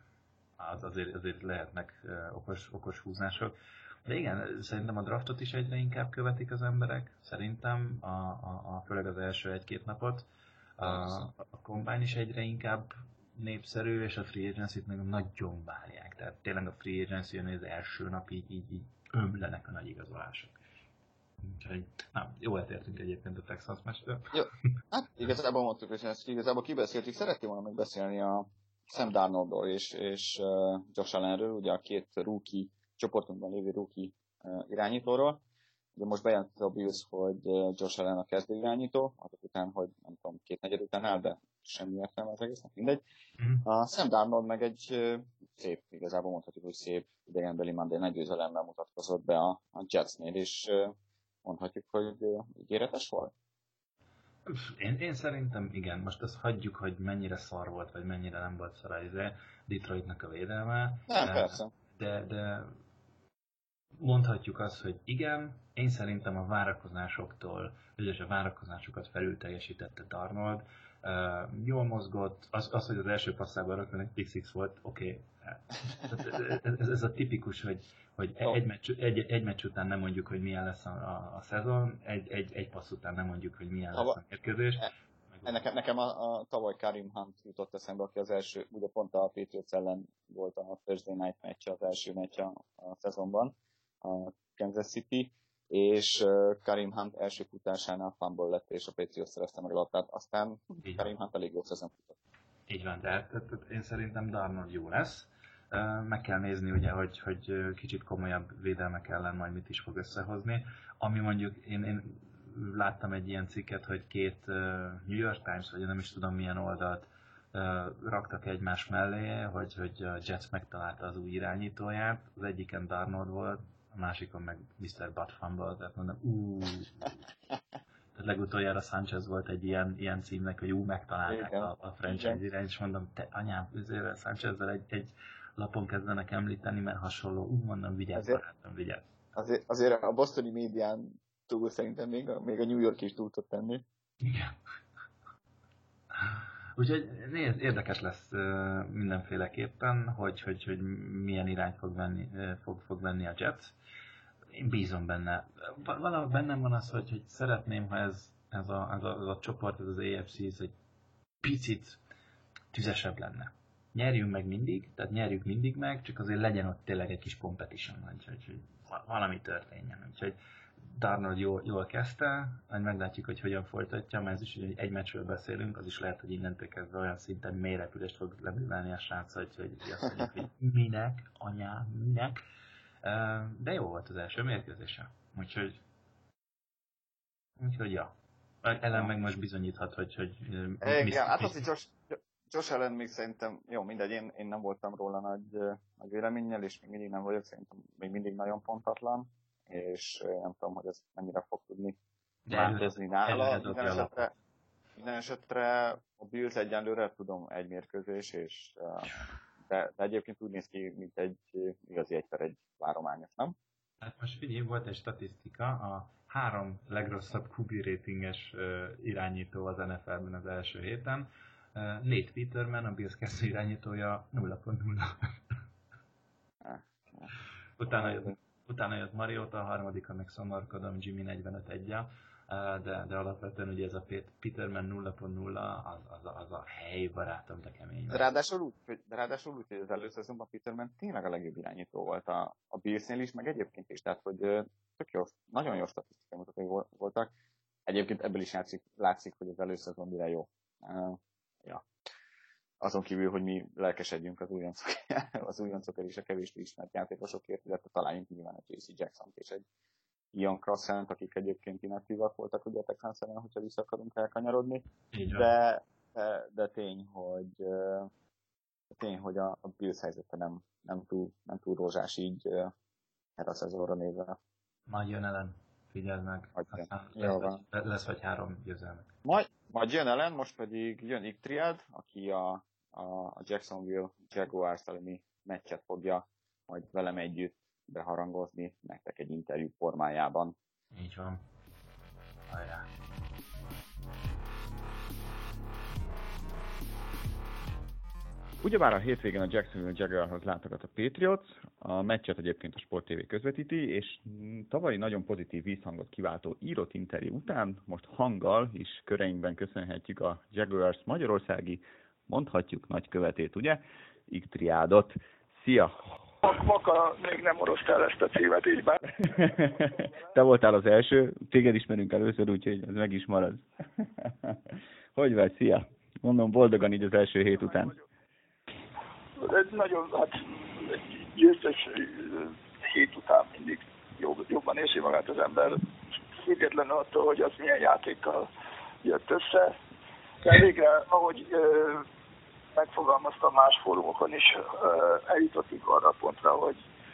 azért lehetnek okos húzások. De igen, szerintem a draftot is egyre inkább követik az emberek, szerintem, főleg az első 1-2 napot. A combine is egyre inkább népszerű, és a free agency-t meg nagyon várják. Tehát tényleg a free agency-on az első nap így ömlenek a nagy igazolások. Úgyhogy, jól eltértünk egyébként a Texans meccsről. Jó, hát igazából mondtuk, hogy ezt igazából kibeszéltük, szeretném volna megbeszélni a Sam Darnoldról és Josh Allenről, ugye a két rookie, csoportunkban lévő rookie irányítóról. Ugye most bejelentett a Bills, hogy Josh Allen a kezdő irányító, azok után, hogy nem tudom, 2/4 után áll, de semmi értelme az egésznek, mindegy. A Sam Darnold meg egy szép, igazából mondhatjuk, hogy szép idegenbeli Monday Night győzelemmel mutatkozott be a Jetsnél, és mondhatjuk, hogy ígéretes volt? Én szerintem igen, most azt hagyjuk, hogy mennyire szar volt, vagy mennyire nem volt szar a Detroitnak a védelme. Nem, persze. De mondhatjuk azt, hogy igen, én szerintem a várakozásokat felül teljesítette Darnold. Jól mozgott, az, hogy az első passzában rögtön egy pick-six volt, oké. Ez a tipikus, hogy egy meccs után nem mondjuk, hogy milyen lesz a szezon, egy passz után nem mondjuk, hogy milyen lesz a mérkőzés. Nekem a tavaly Karim Hunt jutott eszembe, aki az első, ugye pont a Patriots ellen volt a Thursday Night meccs, az első meccs a szezonban, a Kansas City, és Karim Hunt első futásánál fumble lett, és a Patriots szerezte meg a labdát, aztán Karim Hunt elég jó szezon futott. Így van, de én szerintem Darnold jó lesz. Meg kell nézni ugye, hogy kicsit komolyabb védelmek ellen majd mit is fog összehozni. Ami mondjuk, én láttam egy ilyen cikket, hogy két New York Times, vagy nem is tudom milyen oldalt raktak egymás mellé, hogy a Jets megtalálta az új irányítóját. Az egyiken Darnold volt, a másikon meg Mr. Butt Fumble, tehát mondom, Tehát legutoljára Sanchez volt egy ilyen címnek, hogy megtalálták a franchise irányt, és mondom, te anyám, azért Sanchezzel egy lapon kezdenek említeni, mert hasonló, mondom, vigyázz, barátom, vigyázz. Azért a bostoni médián túl szerintem még a New York is túl tud tenni. Igen. Úgyhogy nézd, érdekes lesz mindenféleképpen, hogy milyen irányt fog venni a Jets. Én bízom benne. Valahogy bennem van az, hogy szeretném, ha ez a csoport, ez az AFC, ez egy picit tüzesebb lenne. Nyerjünk meg mindig, tehát nyerjük mindig meg, csak azért legyen ott tényleg egy kis competition, hogy valami történjen. Úgyhogy Darnold jól kezdte, majd meglátjuk, hogy hogyan folytatja, mert ez is, hogy egy meccsről beszélünk, az is lehet, hogy innentől kezdve olyan szinten mély repülést fog leművelni a srác, hogy azt mondjuk, hogy minek, anyám, minek. De jó volt az első mérkőzése. Úgyhogy ja. Ellen meg most bizonyíthat, hogy igen, hát az, hogy Josh Allen még szerintem, jó, mindegy, én nem voltam róla nagy véleménnyel, és még mindig nem vagyok, szerintem még mindig nagyon pontatlan, és nem tudom, hogy ez mennyire fog tudni változni nála. Minden esetre a Bills egyenlőre tudom egy mérkőzés, és de egyébként úgy néz ki, mint egy igazi 1-1 várományos, nem? Hát most figyelj, volt egy statisztika, a 3 legrosszabb QB ratinges irányító az NFL-ben az első héten. Nate Peterman, a Bills kezdő irányítója 0.0. Utána jött Mariota, a harmadika meg szomorkodom, Jimmy 45-1-jel. De alapvetően ugye ez a Peterman 0.0 az a helyi barátom, de kemény. Ráadásul úgy, hogy az először azonban Peterman tényleg a legjobb irányító volt a Billsnél is, meg egyébként is, tehát hogy tök jó, nagyon jó statisztikai mutatói voltak. Egyébként ebből is látszik, hogy az először azon mire jó. Ja. Azon kívül, hogy mi lelkesedjünk az újoncokért és a kevésbé ismert játékosokért, illetve találjunk nyilván egy JC Jackson-t és egy Ian Crossent, akik egyébként inaktívak voltak ugye a Texans ellen, hogyha vissza akarunk elkanyarodni. De tény, hogy a Bills helyzete nem túl rózsás így erre a szezonra nézve. Majd jön ellen, figyeld meg. Lesz vagy 3 győzelmek. Majd jön ellen, most pedig jön Igtriad, aki a Jacksonville Jaguars elleni meccset fogja majd velem együtt beharangozni nektek egy interjú formájában. Így van. Hajrá! Ugyebár a hétvégén a Jacksonville Jaguarshoz látogat a Patriots, a meccset egyébként a Sport TV közvetíti, és tavalyi nagyon pozitív vízhangot kiváltó írott interjú után most hanggal is köreinkben köszönhetjük a Jaguars magyarországi, mondhatjuk nagykövetét, ugye? Igtriádot. Szia! Maka még nem oroszta el ezt a címet, így bár. Te voltál az első, téged ismerünk először, úgyhogy ez meg is marad. Hogy vagy, szia? Mondom, boldogan így az első hét után. Ez nagyon, győztes hét után mindig jobban érzi magát az ember, függetlenül attól, hogy az milyen játékkal jött össze. De végre, ahogy megfogalmaztam más fórumokon is, eljutottunk arra a pontra, hogy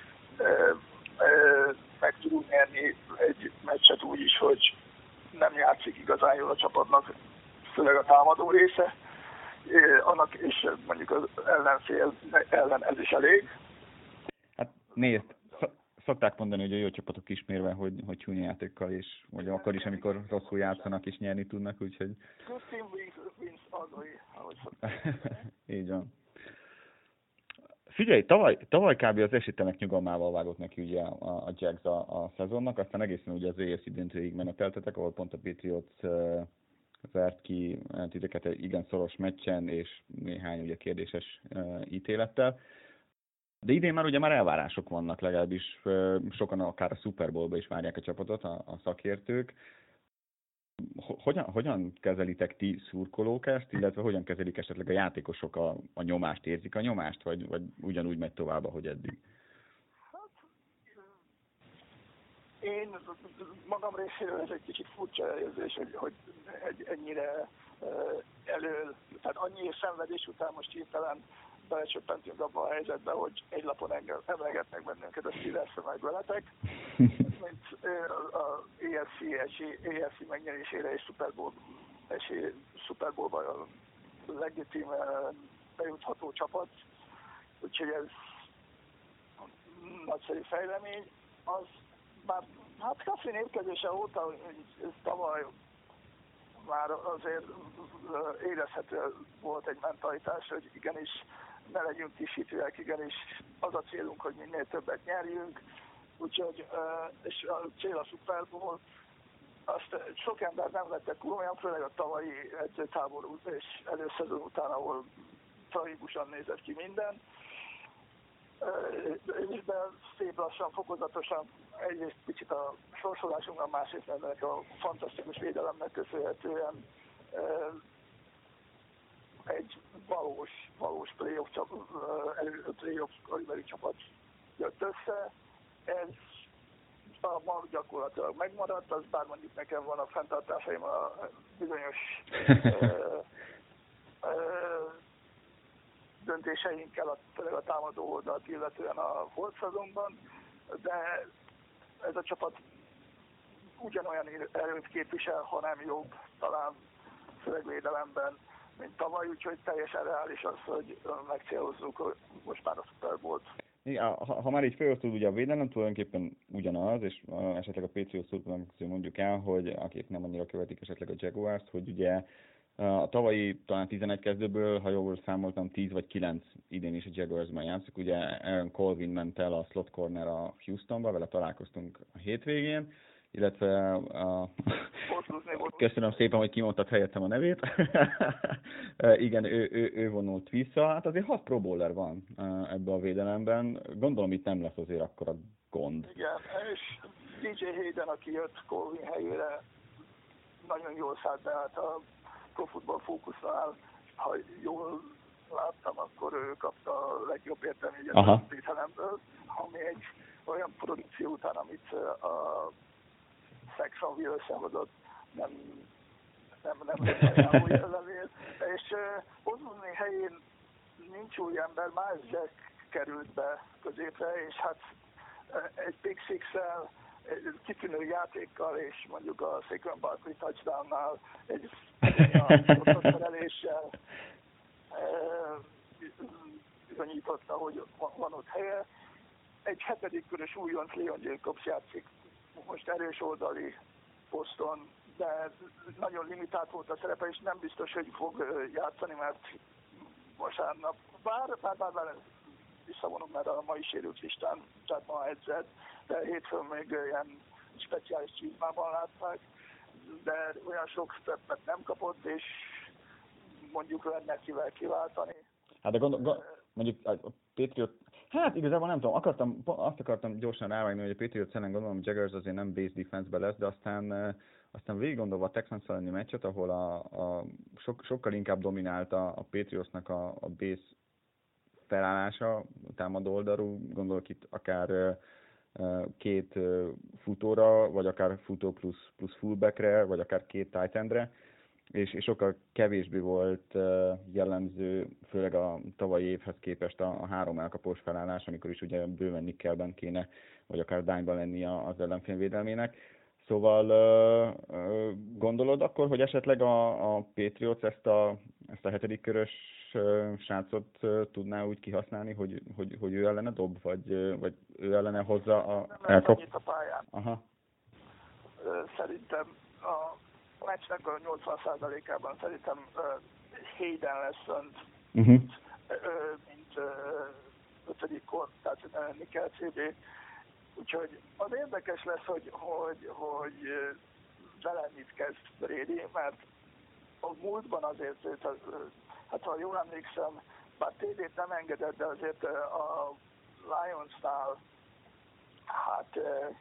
meg tudunk nyerni egy meccset úgy is, hogy nem játszik igazán jól a csapatnak, főleg a támadó része. Annak is mondjuk az ellenfél ellen ez is elég. Hát nézd, szokták mondani, hogy a jó csapatok ismérve, hogy csúnya játékkal, és vagy akkor is, amikor rosszul játszanak és nyerni tudnak, úgyhogy... Good team wins ugly, ahogy így van. Figyelj, tavaly kb. Az esélytelenek nyugalmával vágott neki ugye a Jags a szezonnak, aztán egészen ugye az AFC döntőig meneteltetek, ahol pont a Patriots vert ki titeket egy igen szoros meccsen, és néhány ugye kérdéses ítélettel. De idén már ugye elvárások vannak, legalábbis sokan akár a Super Bowl-ba is várják a csapatot, a szakértők. Hogyan kezelitek ti szurkolók ezt, illetve hogyan kezelik esetleg a játékosok a nyomást, érzik a nyomást, vagy ugyanúgy megy tovább, ahogy eddig? Én magam részéről ez egy kicsit furcsa érzés, hogy ennyire tehát annyi szenvedés után most hirtelen belecsöppentünk abba a helyzetbe, hogy egy lapon emlegetnek bennünket a Steelers-re meg veletek, mint az AFC megnyerésére és Super Bowl-ban a legitim bejutható csapat, úgyhogy ez nagyszerű fejlemény. Az bár hát Coughlin érkezése óta, ez tavaly már azért érezhető volt egy mentalitás, hogy igenis ne legyünk kisítőek, igenis az a célunk, hogy minél többet nyerjünk. úgyhogy és a cél a Super Bowl. Azt sok ember nem vette komolyan, főleg a tavalyi edzőtábor és előszezon után, ahol tragikusan nézett ki minden. De szép lassan, fokozatosan egyrészt kicsit a sorsolásunknak, másrészt ennek a fantasztikus védelemnek köszönhetően egy valós playoff karibeli csapat jött össze. Ez ma gyakorlatilag megmaradt, az bár mondjuk nekem van a fenntartásaim a bizonyos döntéseinkkel, főleg a támadó oldalt illetően a volt szezonban, de ez a csapat ugyanolyan erőt képvisel, ha nem jobb, talán főleg védelemben, mint tavaly, úgyhogy teljesen reális az, hogy megcélozzuk most már a Super Bowl-t. Igen, ha már így felosztod, ugye a védelem tulajdonképpen ugyanaz, és esetleg a Patriots szurkolók mondjuk el, hogy akik nem annyira követik esetleg a Jaguars-t, hogy ugye a tavalyi talán 11 kezdőből, ha jól számoltam, 10 vagy 9 idén is a Jaguarsban játszik. Ugye Aaron Colvin ment el a slot corner a Houstonba, vele találkoztunk a hétvégén, illetve köszönöm szépen, hogy kimondtad helyettem a nevét. Igen, ő vonult vissza. Hát azért 6 Pro Bowler van ebben a védelemben. Gondolom itt nem lesz azért akkora gond. Igen, és DJ Hayden, aki jött Colvin helyére, nagyon jól szállt be, hát a Pro Football Focusnál, ha jól láttam, akkor ő kapta a legjobb értelményet a védelemből, ami egy olyan produkció után, amit a Saxonville összehozott, nem ajánló jellemény. És Ozunni helyén nincs új ember, Miles Jack került be középre, és hát egy Pick Six-el, egy kitűnő játékkal, és mondjuk a Saquon Barkley touchdownnál egy szereléssel bizonyította, hogy van ott helye. Egy 7. körös újonc Leon Jacobs játszik most erős oldali poszton, de nagyon limitált volt a szerepe, és nem biztos, hogy fog játszani, mert vasárnap, bár visszavonom, mert a mai sérült listán, tehát ma edzett, de hétfőn még ilyen speciális csizmában látták, de olyan sok steppet nem kapott, és mondjuk lenne kivel kiváltani. Hát de mondjuk a Patriot, hát igazából nem tudom, azt akartam gyorsan rávágni, hogy a Patriot ellen gondolom, a Jaguars azért nem base defense-be lesz, de aztán végig gondolva a Texans elleni meccset, ahol sokkal inkább dominált a Patriotsnak a base felállása, támadó oldalú, gondolok itt akár két futóra, vagy akár futó plusz fullbackre, vagy akár két tight endre, és sokkal kevésbé volt jellemző, főleg a tavalyi évhez képest a 3 elkapós felállás, amikor is ugye bőven nickelben kéne, vagy akár dime-ban lennie az ellenfél védelmének. Szóval gondolod akkor, hogy esetleg a Patriots ezt a 7. körös srácot tudná úgy kihasználni, hogy ő ellene dob, vagy ő ellene hozza a elkap? Nem a pályán. Aha. Szerintem a meccsnek a 80%-ában szerintem Hayden lesz fönt, mint 5. kor, tehát Nickel CB. Úgyhogy az érdekes lesz, hogy vele mit kezd Brady, mert a múltban azért, hát ha jól emlékszem, bár TD-t nem engedett, de azért a Lionsnál hát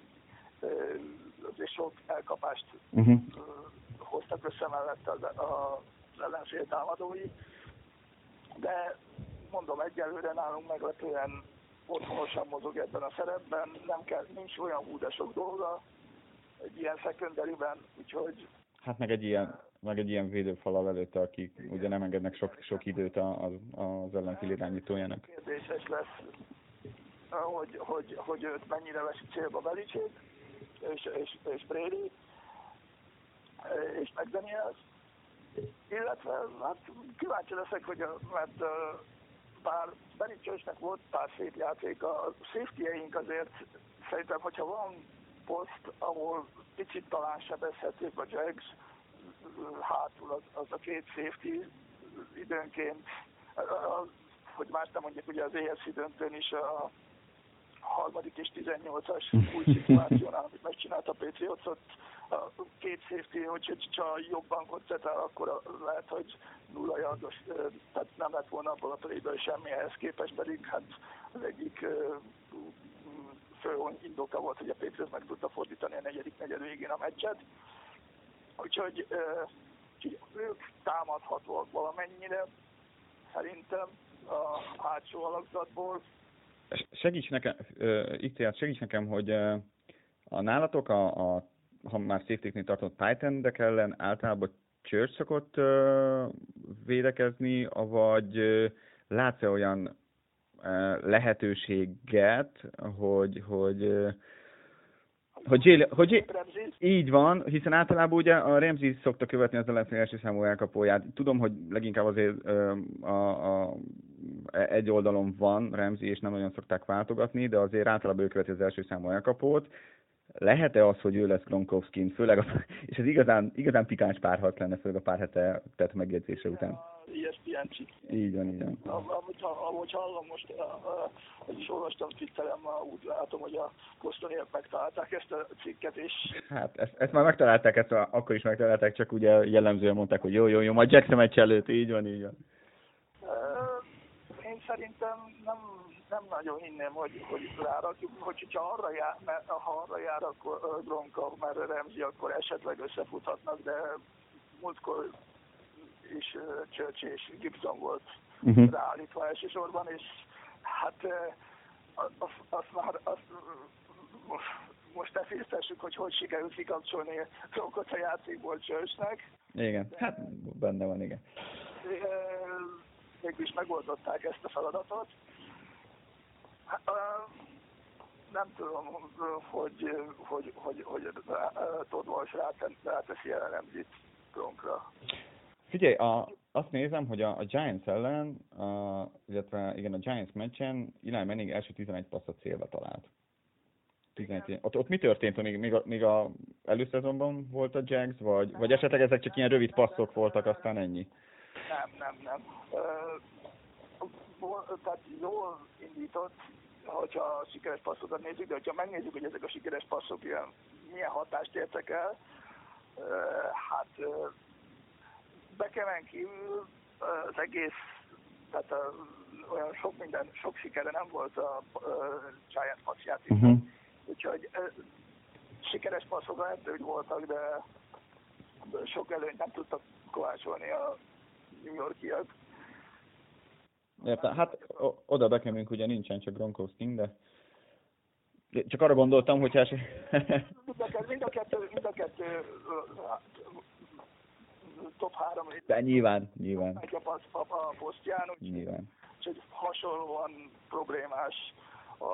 azért sok elkapást hoztak össze mellett az ellenfél támadói, de mondom, egyelőre nálunk meglepően otthonosan mozog ebben a szerepben, nincs olyan hú de sok dolga egy ilyen secondary-ben, úgyhogy... Hát meg egy ilyen védőfalal előtte, akik ugye nem engednek sok időt az ellenfél irányítójának. Kérdéses lesz, hogy őt mennyire veszi célba Belichick és Brady és McDaniels, illetve hát kíváncsi leszek, hogy mert bár Belichicknek volt pár szép játék, a safety-eink azért szerintem, hogyha van poszt, ahol picit talán sebezhetőbb a Jags, hátul az a két safety időnként, hogy más nem mondjuk, ugye az AFC döntőn is, ha 13. és 18-as új szituációnál, amit megcsinált a Patriots, ott a két safety, hogyha jobban koncentrál, akkor lehet, hogy 0 yardos, tehát nem lett volna abból a playből semmi ehhez képest, pedig hát az egyik fő indoka volt, hogy a Patriots meg tudta fordítani a negyedik negyed végén a meccset. Úgyhogy ők támadhatóak valamennyire, szerintem a hátsó alakzatból. Segíts nekem, hogy a nálatok, ha már safety-knél tartott tight endek ellen általában Church szokott védekezni, vagy látsz-e olyan lehetőséget, hogy így van, hiszen általában ugye a Ramsey szokta követni az ellenfél első számú elkapóját. Tudom, hogy leginkább azért egy oldalon van Ramsey, és nem nagyon szokták váltogatni, de azért általában ő követi az első számú elkapót. Lehet-e az, hogy ő lesz Gronkowski, főleg, és ez igazán pikáns párharc lenne, főleg a pár hete tett megjegyzése után? ESPN cikk. Így van. Ahogy hallom most, hogy is olvastam Twitteren, úgy látom, hogy a Bostoniak megtalálták ezt a cikket, és... Hát ezt már megtalálták, akkor is megtalálták, csak ugye jellemzően mondták, hogy jó, majd Jackson meccs előtt, így van. Én szerintem nem nagyon hinném, hogy rárakjuk, hogyha arra jár akkor Gronka, mert Ramsey, akkor esetleg összefuthatnak, de múltkor is Church és Gibson volt ráállítva elsősorban, és hát most elfésztessük, hogy sikerült kikapcsolni Gronkot a játékból Churchnek. Igen, hát benne van, igen. Mégis megoldották ezt a feladatot. Nem tudom, hogy Todd Walsh ráteszi el Ramsey-t Gronkra. Figyelj, azt nézem, hogy a Giants ellen, illetve igen, a Giants meccsen Eli Manning első 11 passzot célba talált. 11. Ott mi történt? Még a előszezonban volt a Jags, vagy esetleg ezek csak ilyen rövid passzok voltak, aztán ennyi? Nem. Tehát jól indított, hogyha a sikeres passzokat nézzük, de hogyha megnézzük, hogy ezek a sikeres passzok milyen hatást értek el, hát Bekemen kívül az egész, tehát olyan sok sikere nem volt a Giants passzjátékban. Úgyhogy sikeres passzok lehet, hogy voltak, de sok előnyt nem tudtak kovácsolni a New Yorkiak. Értem, hát oda Beckhamünk ugye nincsen, csak Gronkowski, de csak arra gondoltam, hogy mind a kettő top 3 de nyilván. Egy a posztján, úgyhogy hasonlóan problémás a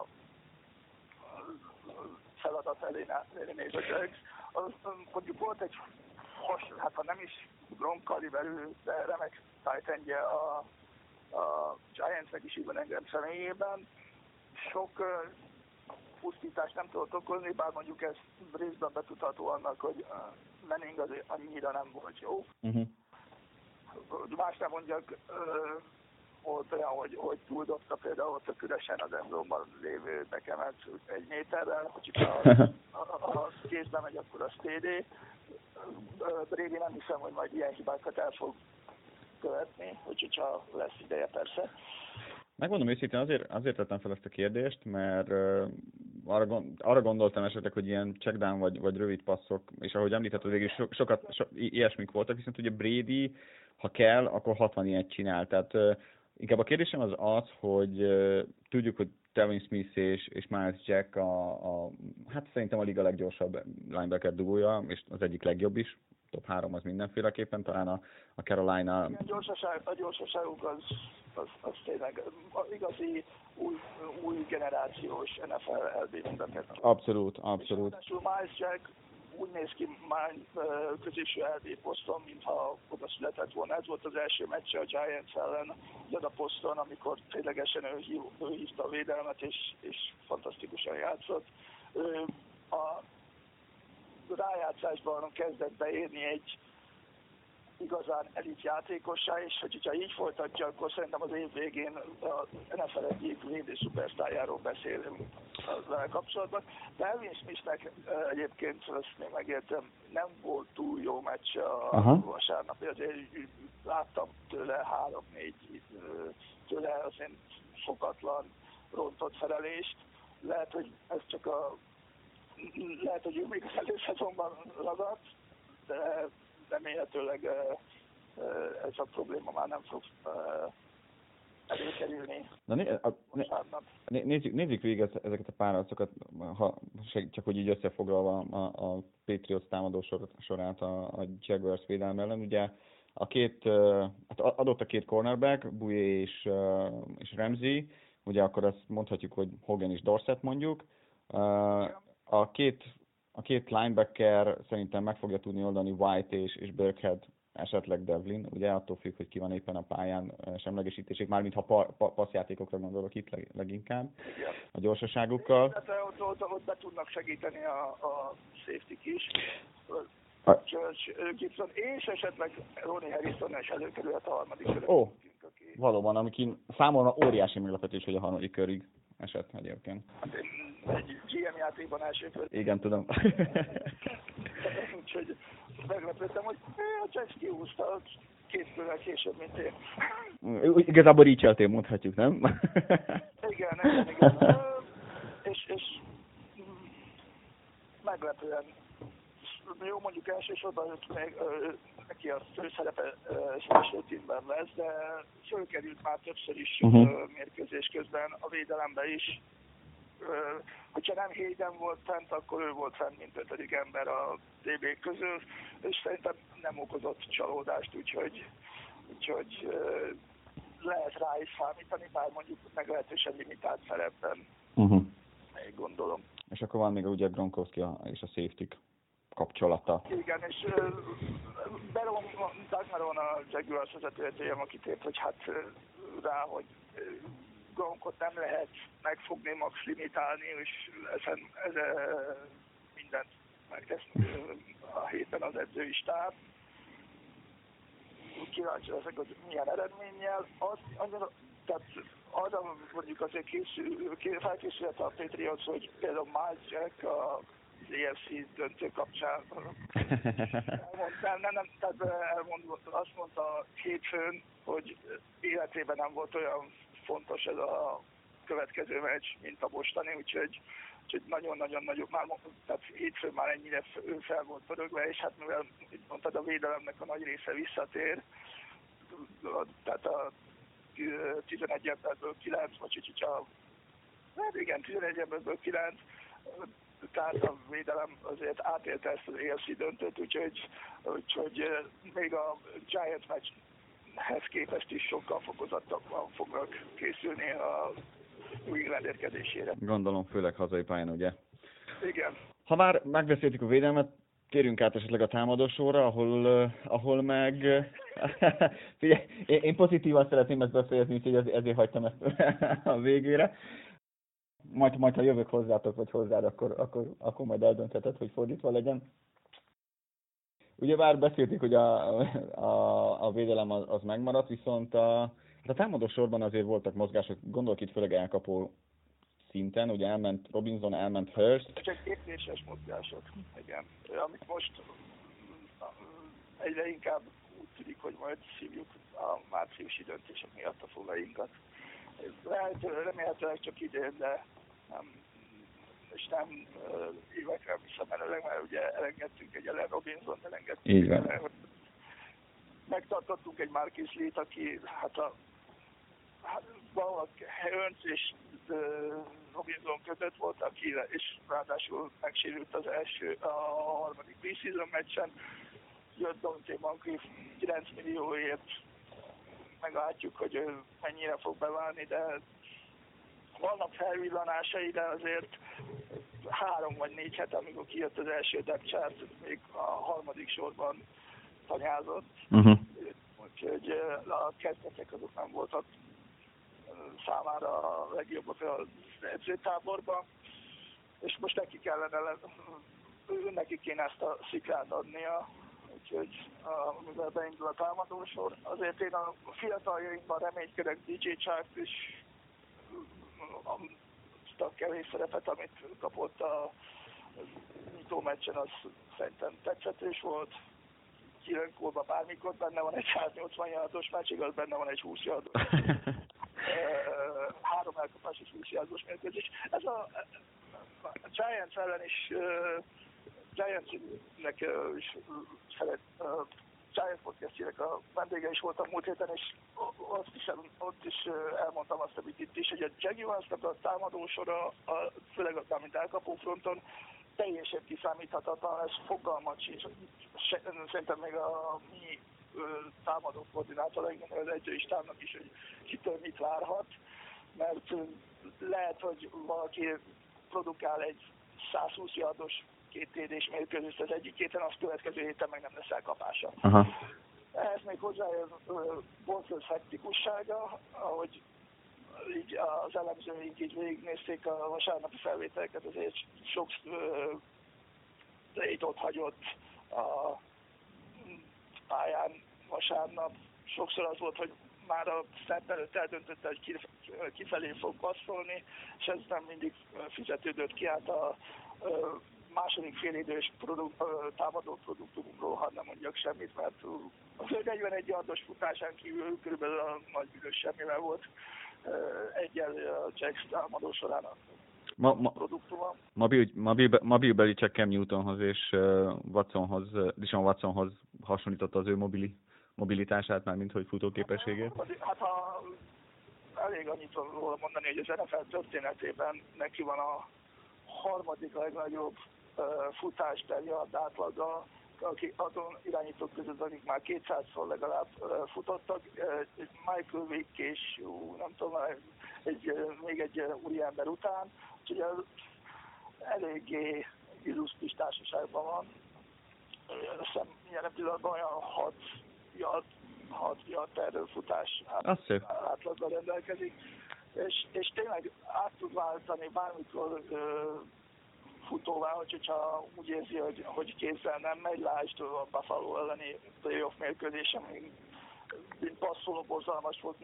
feladat elé néz a Jags. Mondjuk volt egy hát ha nem is Gronk kaliberű, de remek tight endje a Giants-nek is Evan Engram személyében. Sok pusztítást nem tudott okozni, bár mondjuk ez részben betudható annak, hogy Manning azért annyira nem volt jó. Más nem mondjak, volt olyan, hogy túldobta például ott a üresen az endzónban lévő Beckhamet 1 méterrel, hogyha a kézbe megy, akkor az TD. Brady nem hiszem, hogy majd ilyen hibákat el fog követni, hogyha lesz ideje persze. Megmondom őszintén, azért tettem fel ezt a kérdést, mert arra gondoltam esetleg, hogy ilyen checkdown vagy rövid passzok, és ahogy említetted, végül sokat ilyesmik voltak, viszont ugye Brady, ha kell, akkor 60 ilyet csinál. Tehát inkább a kérdésem az, hogy tudjuk, hogy Tevin Smith és Miles Jack hát szerintem a liga leggyorsabb linebacker dugója, és az egyik legjobb is. Top 3 az mindenféleképpen, talán a Carolina... A gyorsaságuk az tényleg igazi új generációs NFL LB mindenket. Abszolút. Miles Jack úgy néz ki már középső LB poszton, mintha oda született volna. Ez volt az első meccse a Giants ellen a poszton, amikor ténylegesen ő hívta a védelmet, és fantasztikusan játszott. A rájátszásban kezdett beérni egy igazán elit játékossá, és hogyha így folytatja, akkor szerintem az év végén a NFL egyik védő szupersztárjáról beszélünk vele kapcsolatban. De Elvin Smithnek egyébként, ezt még megértem, nem volt túl jó meccs a vasárnapi, azért láttam tőle 3-4 tőle azért szokatlan rontott felelést. Lehet, hogy ez csak lehet, hogy ő még az előszezonban ragadt, de remélhetőleg ez a probléma már nem fog előkerülni. Nézzük végig ezeket a pályázatokat, csak hogy így összefoglalva a Patriots támadó sorát a Jaguars védelme ellen. Ugye adott a két cornerback, Bouye és Ramsey, ugye akkor azt mondhatjuk, hogy Hogan és Dorsett mondjuk. A két linebacker szerintem meg fogja tudni oldani White és Burkhead, esetleg Devlin, ugye attól függ, hogy ki van éppen a pályán semlegesítésük, mármint ha passzjátékokra gondolok itt leginkább, a gyorsaságukkal. Ott be tudnak segíteni a safety-k is. George Gibson és esetleg Ronnie Harrison is előkerülhet a harmadik körön. Valóban, ami számomra óriási meglepetés, hogy a harmadik körig esett egyébként. Hát egy GM játékban első kör. Igen, tudom. Úgyhogy meglepődtem, hogy a Jets kihúzta 2 körrel később, mint én. Igazából így mondhatjuk, nem? Igen. És meglepően jó, mondjuk elsősorban még neki a főszerepe special teamben lesz, de fölkerült már többször is mérkőzés közben a védelembe is. Hogyha nem Hayden volt fent, akkor ő volt fent, mint 5. ember a DB közül, és szerintem nem okozott csalódást, úgyhogy lehet rá is számítani, bár mondjuk meglehetősen limitált szerepben, még gondolom. És akkor van még ugye Gronkowski és a safety-k kapcsolata. Igen, és Dagmaron a Jaguars vezetőedzője ma kitért, hogy hát rá, hogy Gronkot nem lehet megfogni, max limitálni, és ez mindent megtesz a héten az edzői stáb. Kíváncsi leszek, hogy milyen eredménnyel. Az mondjuk azért felkészülhet a Patriots, hogy például Miles Jack az AFC döntő kapcsán azt mondta hétfőn, hogy életében nem volt olyan fontos ez a következő meccs, mint a mostani, úgyhogy nagyon-nagyon nagyobb, tehát hétfőn már ennyire ő fel volt pörögve, és hát mivel mondtad, a védelemnek a nagy része visszatér, tehát a 11 emberből 9, vagy hát igen, 11 emberből 9, tehát a védelem azért átélte ezt az AFC döntőt, úgyhogy még a Giants meccshez képest is sokkal fokozottabban fognak készülni a New England érkezésére. Gondolom, főleg hazai pályán, ugye? Igen. Ha már megbeszéltük a védelmet, térjünk át esetleg a támadósorra, ahol meg... Figyelj, én pozitívan szeretném ezt befejezni, úgyhogy ezért hagytam ezt a végére. Majd ha jövök hozzátok, vagy hozzád, akkor majd eldöntheted, hogy fordítva legyen. Ugye már beszéltük, hogy a védelem az megmaradt, viszont a támadó sorban azért voltak mozgások, gondolok itt főleg elkapó szinten, ugye elment Robinson, elment Hurst. Csak értéses mozgások, igen. Amit most egyre inkább úgy tűnik, hogy majd szívjuk a márciusi döntések miatt a fogainkat. Remélhetőleg csak idén, de nem évekre visszamenőleg, mert ugye elengedtünk egy Allen Robinsont, elengedtünk egy megtartottunk egy Marquis Lee-t, aki valahol Hearns és Robinson között volt, aki és ráadásul megsérült a harmadik preseason meccsen. Jött Dante Moncrief 9 millióért, meglátjuk, hogy ő mennyire fog beválni, de vannak felvillanásai, de azért 3 vagy 4 hete, amikor kijött az első depth chart, még a harmadik sorban tanyázott. Úgyhogy a kezdetek azok nem voltak számára a legjobbak az edzőtáborban, és most neki kéne ezt a szikrát adnia, úgyhogy mivel beindul a támadósor, azért én a fiataljainkban reménykedek DJ Chark is azt a kevés szerepet, amit kapott a nyitó meccsen, az szerintem tetszetős volt. Kirenkolban bármikor benne van egy 180 yardos meccs, igaz, benne van egy 20 yardos. 3 elkapás és 20 yardos mérkőzés. Ez a Giants ellen is, Giants-nek is Giants podcastjének a vendége is voltam múlt héten, és ott is elmondtam azt, amit itt is, hogy a Jaguarsnak a támadósora, főleg a mint elkapó fronton, teljesen kiszámíthatatlan, ez fogalmat sincs. Szerintem még a mi támadó koordinátoraink, az edzői stábnak is, hogy kitől mit várhat, mert lehet, hogy valaki produkál egy 120 yardos 2 TD-s mérkőzést az egyik héten, az következő héten meg nem lesz elkapása. Aha. Ehhez még hozzájön Bortles hektikussága, ahogy így az elemzőink így végignézték a vasárnapi felvételeket, azért sok ott hagyott a pályán vasárnap. Sokszor az volt, hogy már a szert előtt eldöntötte, hogy kifelé fog passzolni, és ez nem mindig fizetődött ki, át a második félidős támadó produktumunkról, ha nem mondjak semmit, mert az 41 yardos futásán kívül körülbelül a nagy bűnös semmivel volt egyenlő a Jacks támadó során a produktuma. Ma Bill Belichick Cam Newtonhoz és Deshaun Watsonhoz hasonlította az ő mobilitását, már mint hogy futóképességét. Hát elég annyit róla mondani, hogy az NFL történetében neki van a harmadik legnagyobb futás per yard átlaga, akik azon irányítók között, akik már 200-szor legalább futottak, Michael Vick és nem tudom, még egy úriember után, úgyhogy az eléggé illusztris társaságban van. Azt hiszem, jelen pillanatban olyan 6 yard per futás átlaggal rendelkezik, és tényleg át tud váltani bármikor futóvá, hogyha úgy érzi, hogy kézzel nem megy, lásd a Buffalo elleni playoff mérkőzésen, mint passzoló borzalmas volt.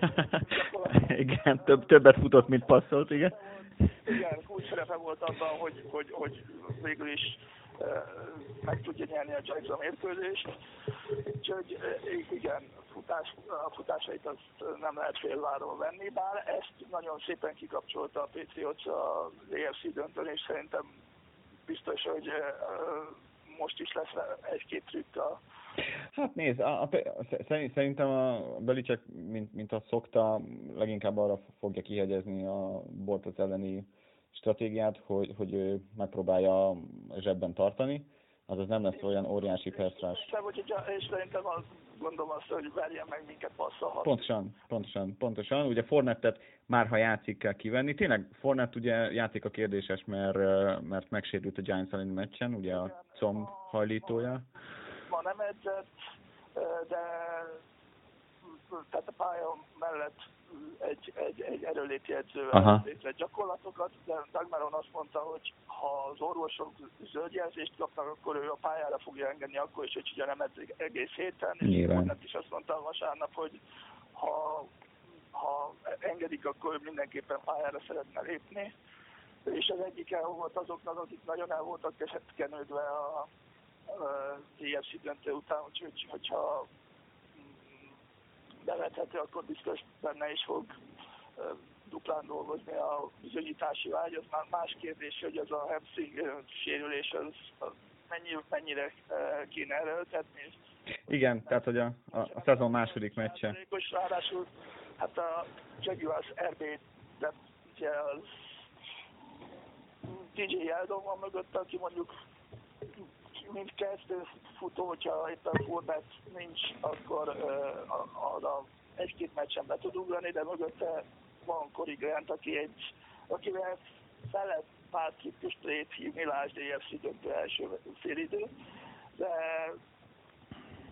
Igen, többet futott, mint passzolt, igen. Igen, úgy szerepe volt abban, hogy végül is meg tudja nyerni a Giants a mérkőzést. Úgyhogy igen, a futásait azt nem lehet félváról venni, bár ezt nagyon szépen kikapcsolta a Patriots az AFC döntőn, és szerintem biztos, hogy most is lesz egy-két trükk Hát nézd, szerintem a Belichick, mint azt szokta, leginkább arra fogja kihegyezni a Bortles elleni stratégiát, hogy ő megpróbálja zsebben tartani, azaz nem lesz olyan óriási percrás. És szerintem gondolom azt, hogy verjen meg minket passzolhat. Pontosan. Ugye Fournettet már ha játszik kell kivenni. Tényleg Fournette ugye játék a kérdéses, mert megsérült a Giants elleni meccsen, ugye a comb hajlítója. Ma nem edzett, de tehát a pálya mellett egy erőléti edzővel végzett gyakorlatokat, de Doug Marrone azt mondta, hogy ha az orvosok zöld jelzést kapnak, akkor ő a pályára fogja engedni akkor is, hogy ugye nem edzik egész héten. És Fournette is azt mondta vasárnap, hogy ha engedik, akkor mindenképpen pályára szeretne lépni. És az egyik volt azoknak, akik nagyon el voltak kenődve a TFC döntő után, úgyhogy hogyha bevethető, akkor biztos benne is fog duplán dolgozni a bizonyítási vágy. Az már más kérdés, hogy az a hamstring sérülés az mennyire kéne erőltetni. Igen, tehát hogy a szezon második meccse. Ráadásul hát a Jaguars RB, de ugye az DJ Yeldon van mögött, aki mondjuk mint kezdő futó, hogyha éppen Fournette nincs, akkor a egy-két meccsen be tud ugrani, de mögötte van Corey Grant, akivel fel lehet pár trükkös plét hívni, lásd AFC döntő első félidő, de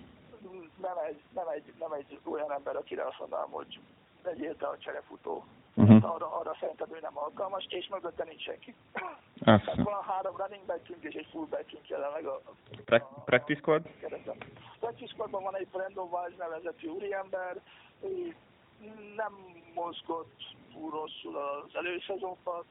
nem egy olyan ember, akire azt mondanám, hogy legyél te a cserefutó. Arra szerintem ő nem alkalmas, és mögötte nincs senki. Azt. Tehát van 3 running backünk és egy fullbackünk jelenleg a Practice squad? Practice squadban van egy Brandon Wise nevezetű úriember, ő nem mozgott túl rosszul az előszezonban,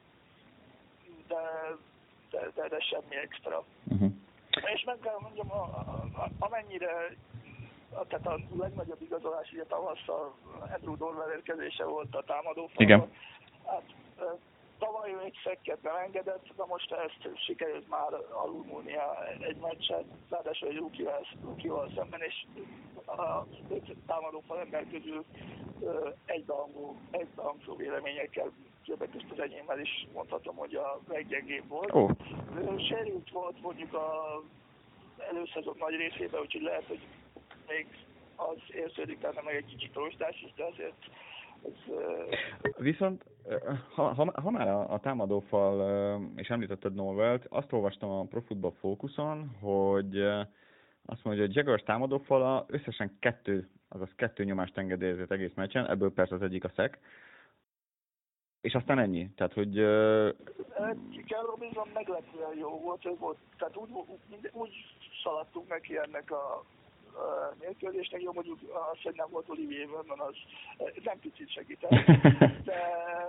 de semmi extra. És meg kell mondjam, amennyire tehát a legnagyobb igazolás ugye tavasszal Andrew Dorwell érkezése volt a támadófalban. Igen. Hát, tavaly ő egy szekket nem engedett, de most ezt sikerült már alulmúlnia egy meccset, ráadásul egy rookie-val szemben, és a 5 támadófal ember közül egybehangzó véleményekkel, többek között az enyémmel is mondhatom, hogy a leggyengébb volt. Oh. Sérült volt mondjuk az előszezon nagy részében, úgyhogy lehet, hogy még az érződik benne meg egy kicsit rostás is, de azért Viszont, ha már a támadófal, és említetted Norwellt, azt olvastam a Pro Football Focuson, hogy azt mondja, hogy Jaguars támadófala összesen 2 nyomást engedélyezett egész meccsen, ebből persze az egyik a sack, és aztán ennyi. Tehát, hogy... Cal Robinson meglepően jó volt, tehát úgy szaladtunk neki ennek a mérkőzésnek, jó mondjuk az, hogy nem volt Olivier Vernon, az nem picit segített, de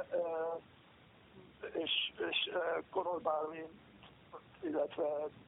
és Conor Barwin, illetve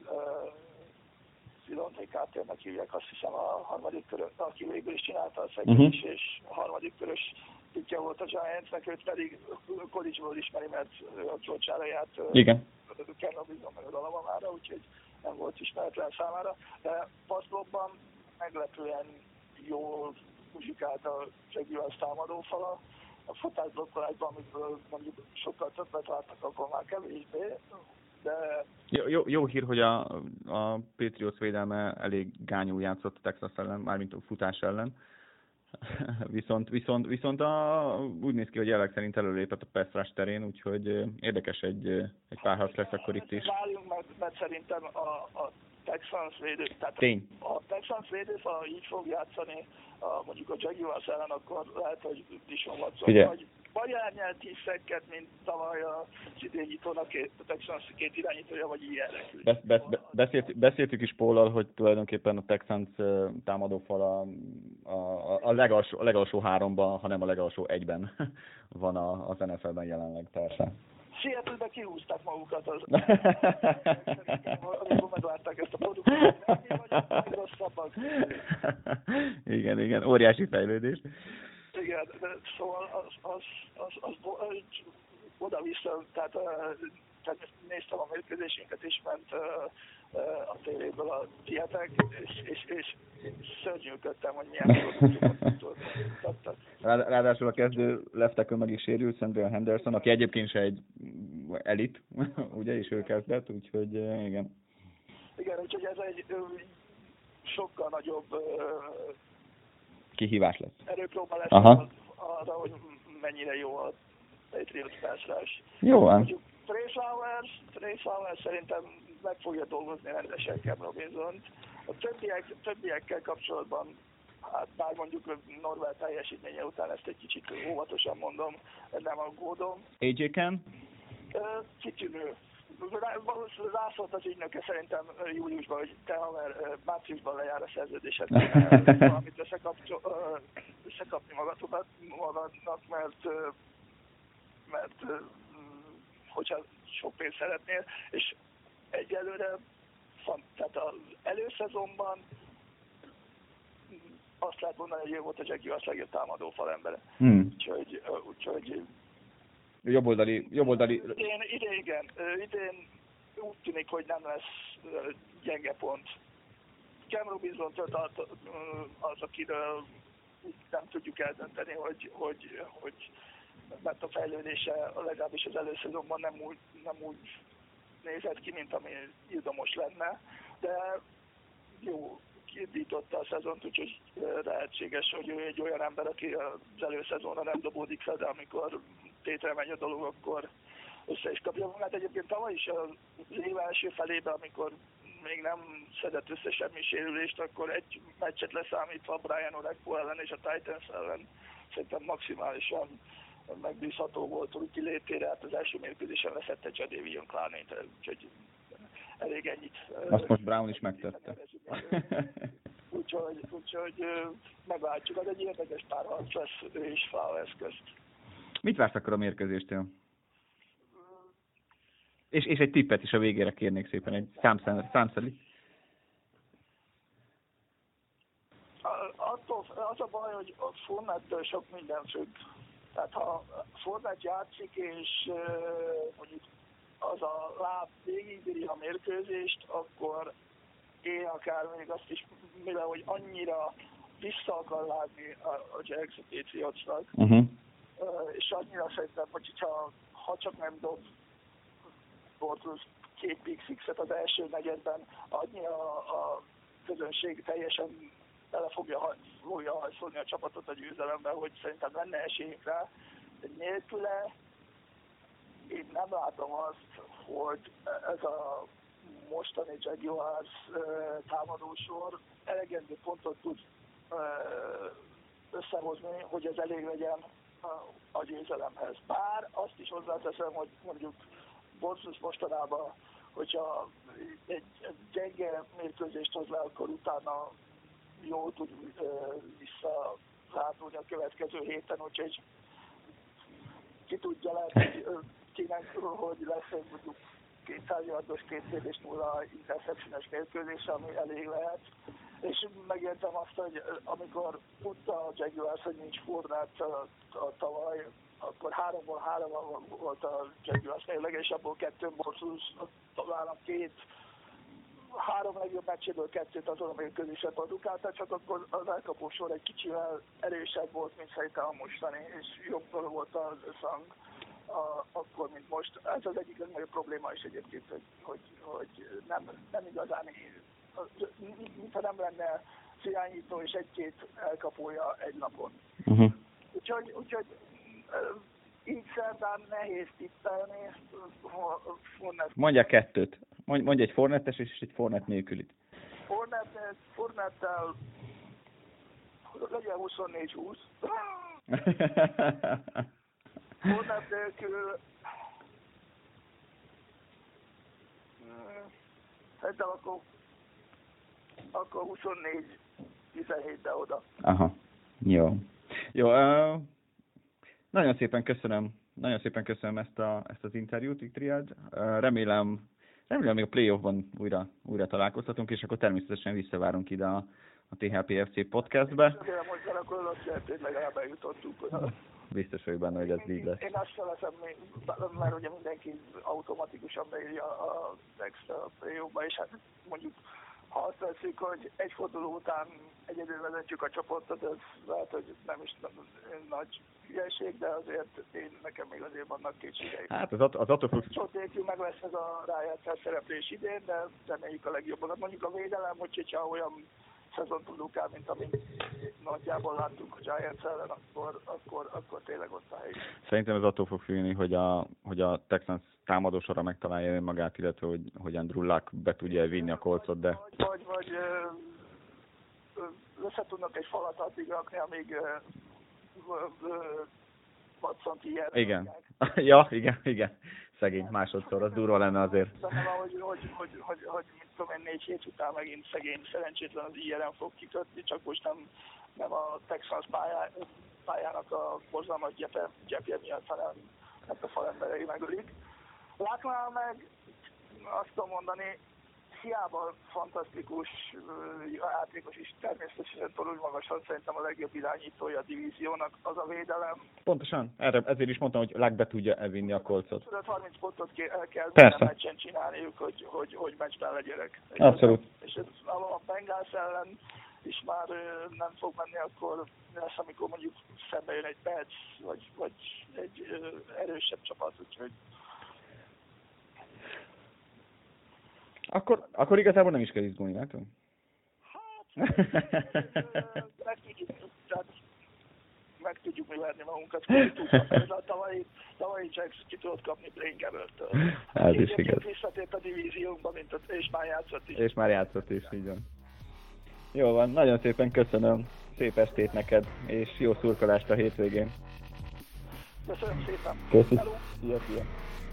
Szilonté Carternek hívják, azt hiszem a harmadik körös, aki végül is csinálta a szegés, és a harmadik körös pickje volt a Giantsnek, őt pedig college-ból ismeri, mert a Georgia-ra járt Cal Robinson meg az Alabama-ra, úgyhogy nem volt ismeretlen számára, de passzblokban meglepően jól muzsikált a Jaguars támadófala. A futásblokkolásban, amikor mondjuk sokkal többet láttak, akkor már kevésbé, de... Jó hír, hogy a Patriots védelme elég gányul játszott a Texas ellen, mármint a futás ellen. viszont úgy néz ki, hogy jelleg szerint előlépett a pass rush terén, úgyhogy érdekes egy párharc lesz akkor itt is. Várjunk, mert szerintem a Texans védő, tehát a Texans védő, ha így fog játszani mondjuk a Jaguars ellen, akkor lehet, hogy Dishon Watson vagy elnyelt 10 szekket, mint tavaly a idényítónak a Texans 2 irányítója, vagy ilyenre. Beszéltük is Paul-al, hogy tulajdonképpen a Texans támadófal a legalsó 3-ban, hanem a legalsó 1-ben van az NFL-ben jelenleg, persze. Seattle-ben kihúzták magukat amikor meglátták ezt a produktot, nem vagyunk rosszabbak. Igen, óriási fejlődés. Igen, de szóval az oda-vissza, tehát néztem a mérkőzésünket is, ment a tévéből a tietek, és szörnyűködtem, hogy milyen produktot. Ráadásul a kezdő left tackle meg is sérült, Sandra Henderson, aki egyébként se egy elit, ugye, és ő kezdett, úgyhogy igen. Igen, úgyhogy ez egy sokkal nagyobb kihívás lesz. Erőpróba lesz arra, hogy mennyire jó a Patriots pass rush. Jó, Trey Flowers szerintem meg fogja dolgozni rendesen Cam Robinsont. A többiekkel kapcsolatban, hát bár mondjuk Norwell teljesítménye után ezt egy kicsit óvatosan mondom, nem aggódom. AJ Ken? Kitűnő. Rászólt az ügynöke szerintem júliusban, hogy te haver márciusban lejár a szerződésed, valamit összekapni magadnak, mert hogyha sok pénzt szeretnél, és egyelőre tehát az előszezonban azt lehet mondani, hogy ő volt a Jaguars legjobb támadó falembere. Úgyhogy jobboldali. Idén úgy tűnik, hogy nem lesz gyenge pont. Cam Robinson az, akiről nem tudjuk eldönteni, hogy mert a fejlődése legalábbis az előszezonban nem úgy nézett ki, mint ami izdomos lenne, de jó, kiindította a szezont, úgyhogy lehetséges, hogy ő egy olyan ember, aki az előszezonra nem dobódik fel, de amikor tétre megy a dolog, akkor össze is kapja magát. Egyébként tavaly is az év első felében, amikor még nem szedett össze semmi sérülést, akkor egy meccset leszámítva Brian Orakpo ellen és a Titans ellen szerintem maximálisan megbízható volt Rookie létére, hát az első mérkőzésen leszette Jadavion Clowney-t, úgyhogy elég ennyit. Azt most Brown is megtette. Úgyhogy meglátjuk, az egy érdekes párharc lesz ő és Flowers közt. Mit vársz akkor a mérkőzéstől? És egy tippet is a végére kérnék szépen, egy számszeli. Az a baj, hogy a Fournette-től sok minden függ. Tehát ha Fournette játszik, és mondjuk az a láb végigbíri a mérkőzést, akkor én akár még azt is, mivel hogy annyira vissza akar látni a Jags a Patriotsnak, és annyira szerintem, hogy ha csak nem dob Bortles 2 pick sixet az első negyedben, annyira a közönség teljesen bele fogja hajszolni a csapatot a győzelembe, hogy szerintem lenne esélyünk rá. De nélküle én nem látom azt, hogy ez a mostani Jaguars támadósor elegendő pontot tud összehozni, hogy ez elég legyen a győzelemhez. Bár azt is hozzáteszem, hogy mondjuk Bortles mostanában, hogyha egy gyenge mérkőzést hoz le, akkor utána jól tud visszalátódni a következő héten, úgyhogy ki tudja, lehet, hogy lesz egy mondjuk 200 yardos, 2 és 0 interceptiones mérkőzés, ami elég lehet. És megértem azt, hogy amikor tudta a Jaguars, hogy nincs Fournette a tavaly, akkor 3-ból 3 volt a Jaguars mérlege, és abból 2 Bortles, talán a 3 legjobb meccséből 2-t azon a mérkőzésen produkálta, csak akkor az elkapó sor egy kicsivel erősebb volt, mint szerintem a mostani, és jobb volt az összhang akkor, mint most. Ez az egyik legnagyobb probléma is egyébként, hogy nem igazán, mintha nem lenne irányító és 1-2 elkapója egy napon. Úgyhogy így szerdán nehéz tippelni. Mondja 2. Mondj egy Fournette-es és egy Fournette nélkülit. Fournette-tel legyen 24-20. Fournette nélkül szerintem akkor 24-17-de oda. Aha, jó. Nagyon szépen köszönöm ezt az interjút, Triad. Remélem még a playoffban újra találkozhatunk, és akkor természetesen visszavárunk ide a THPFC podcastbe. Remélem, hogy akkor azt jelenti, hogy legalább eljutottunk oda. Biztos vagyok benne, hogy ez így lesz. Én azt sem veszem, mert ugye mindenki automatikusan beírja az extra playoffba, és hát mondjuk ha azt veszik, hogy egy forduló után egyedül vezetjük a csoportot, ez lehet, hogy nem is nagy hülyeség, de azért nekem még azért vannak kétségeim. Hát az attól függ. Csótékű meg lesz ez a rájátszás szereplés idén, de reméljük a legjobbakat. Mondjuk a védelem, hogyha olyan szezon tudunk el, mint amit nagyjából láttunk a Giants ellen, akkor tényleg ott a hely. Szerintem ez attól fog függni, hogy a Texans támadósora megtalálja önmagát, illetve hogy Andrew Luck be tudja vinni a Coltsot, de... Vagy össze tudnak egy falat addig rakni, amíg Watson ilyen. Igen. Ja, igen. Szegény másodszor, az durva lenne azért. Hogy mit tudom én, 4 hét után megint szegény, szerencsétlen az IRM fog kikötni, csak most nem a Texans pályának a borzalmas gyepje miatt, hanem a falemberei megölik. Lucknál meg azt tudom mondani, hiába fantasztikus játékos is, természetesen torony magasan szerintem a legjobb irányítója a divíziónak, az a védelem. Pontosan, ezért is mondtam, hogy Luck be tudja elvinni a Coltsot. 30 pontot kell minden meccsen csinálniuk, hogy meccsben legyenek. Abszolút. És a Bengals ellen is már nem fog menni, akkor lesz, amikor mondjuk szembe jön egy Pets, vagy egy erősebb csapat, úgyhogy Akkor igazából nem is kell izgulni, látom? meg tudjuk mi verni magunkat. A tavalyi Jacks ki tudott kapni Blaine Gabbert-től. Ez is igaz. Visszatért a divíziónkba, és már játszott is. És már játszott is, így van. Jó van, nagyon szépen köszönöm. Szép estét neked, és jó szurkolást a hétvégén. Köszönöm szépen. Köszi. Hello. Szia.